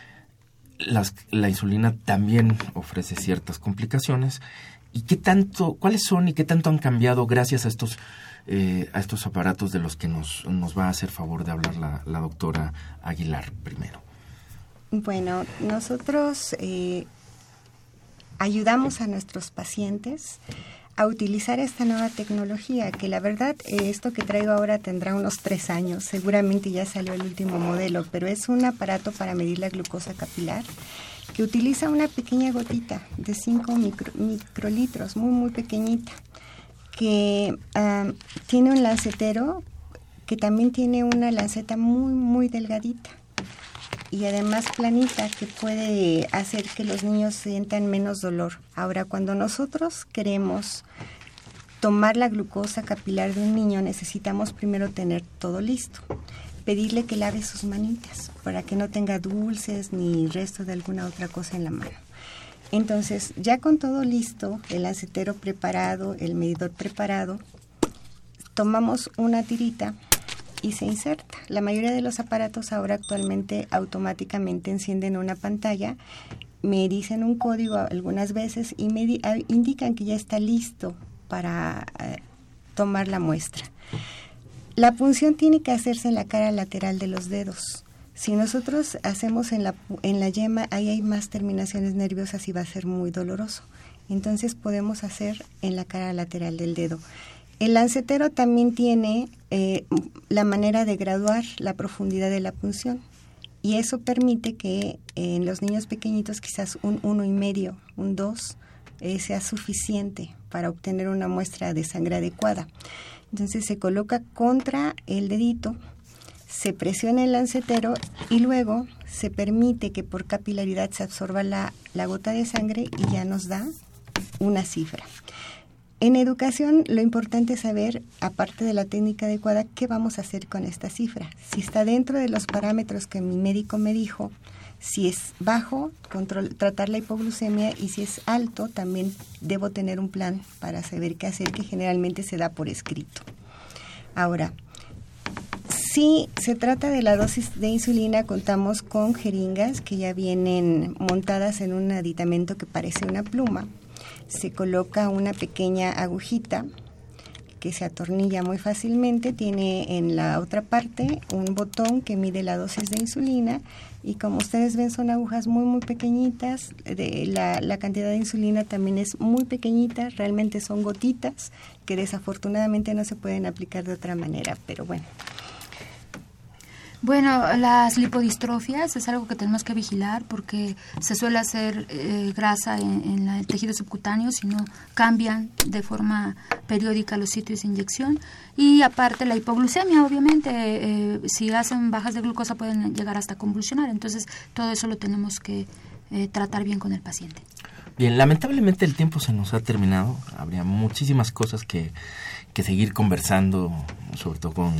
la insulina también ofrece ciertas complicaciones. ¿Y cuáles son y qué tanto han cambiado gracias a estos aparatos de los que nos va a hacer favor de hablar la doctora Aguilar primero? Bueno, nosotros ayudamos a nuestros pacientes a utilizar esta nueva tecnología, que la verdad esto que traigo ahora tendrá unos 3 años, seguramente ya salió el último modelo, pero es un aparato para medir la glucosa capilar que utiliza una pequeña gotita de 5 microlitros, muy muy pequeñita, que tiene un lancetero que también tiene una lanceta muy muy delgadita y además planita, que puede hacer que los niños sientan menos dolor. Ahora, cuando nosotros queremos tomar la glucosa capilar de un niño, necesitamos primero tener todo listo. Pedirle que lave sus manitas para que no tenga dulces ni resto de alguna otra cosa en la mano. Entonces, ya con todo listo, el lancetero preparado, el medidor preparado, tomamos una tirita y se inserta. La mayoría de los aparatos ahora actualmente automáticamente encienden una pantalla, me dicen un código algunas veces y me indican que ya está listo para tomar la muestra. La punción tiene que hacerse en la cara lateral de los dedos. Si nosotros hacemos en la yema, ahí hay más terminaciones nerviosas y va a ser muy doloroso. Entonces podemos hacer en la cara lateral del dedo. El lancetero también tiene la manera de graduar la profundidad de la punción y eso permite que en los niños pequeñitos quizás un 1,5, un 2 sea suficiente para obtener una muestra de sangre adecuada. Entonces se coloca contra el dedito, se presiona el lancetero y luego se permite que por capilaridad se absorba la gota de sangre y ya nos da una cifra. En educación, lo importante es saber, aparte de la técnica adecuada, qué vamos a hacer con esta cifra. Si está dentro de los parámetros que mi médico me dijo, si es bajo, tratar la hipoglucemia, y si es alto, también debo tener un plan para saber qué hacer, que generalmente se da por escrito. Ahora, si se trata de la dosis de insulina, contamos con jeringas que ya vienen montadas en un aditamento que parece una pluma. Se coloca una pequeña agujita que se atornilla muy fácilmente, tiene en la otra parte un botón que mide la dosis de insulina y como ustedes ven son agujas muy muy pequeñitas, la cantidad de insulina también es muy pequeñita, realmente son gotitas que desafortunadamente no se pueden aplicar de otra manera, pero bueno. Bueno, las lipodistrofias es algo que tenemos que vigilar porque se suele hacer grasa en el tejido subcutáneo si no cambian de forma periódica los sitios de inyección. Y aparte la hipoglucemia, obviamente, si hacen bajas de glucosa pueden llegar hasta convulsionar. Entonces, todo eso lo tenemos que tratar bien con el paciente. Bien, lamentablemente el tiempo se nos ha terminado. Habría muchísimas cosas que seguir conversando, sobre todo con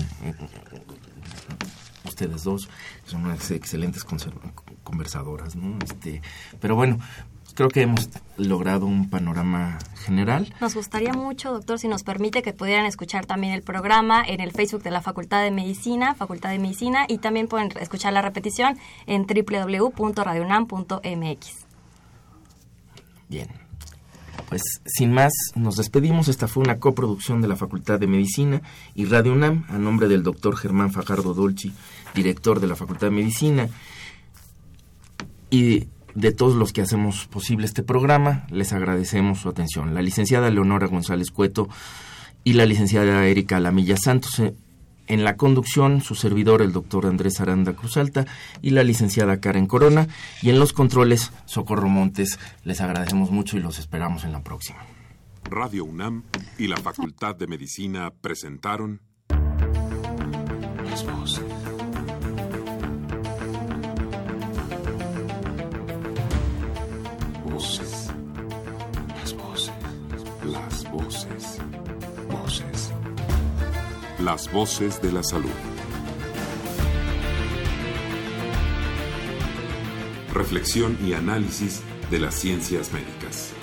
ustedes dos, son unas excelentes conversadoras, ¿no? Pero bueno, Creo que hemos logrado un panorama general. Nos gustaría mucho, doctor, si nos permite, que pudieran escuchar también el programa en el Facebook de la Facultad de Medicina, y también pueden escuchar la repetición en www.radiounam.mx. Bien, pues sin más, nos despedimos. Esta fue una coproducción de la Facultad de Medicina y Radio UNAM, a nombre del doctor Germán Fajardo Dolci, director de la Facultad de Medicina, y de todos los que hacemos posible este programa. Les agradecemos su atención. La licenciada Leonora González Cueto y la licenciada Erika Lamilla Santos. En la conducción, su servidor, el doctor Andrés Aranda Cruzalta, y la licenciada Karen Corona. Y en los controles, Socorro Montes. Les agradecemos mucho y los esperamos en la próxima. Radio UNAM y la Facultad de Medicina presentaron Las Voces. Voces. Las voces. Las voces. Voces. Las voces de la salud. Reflexión y análisis de las ciencias médicas.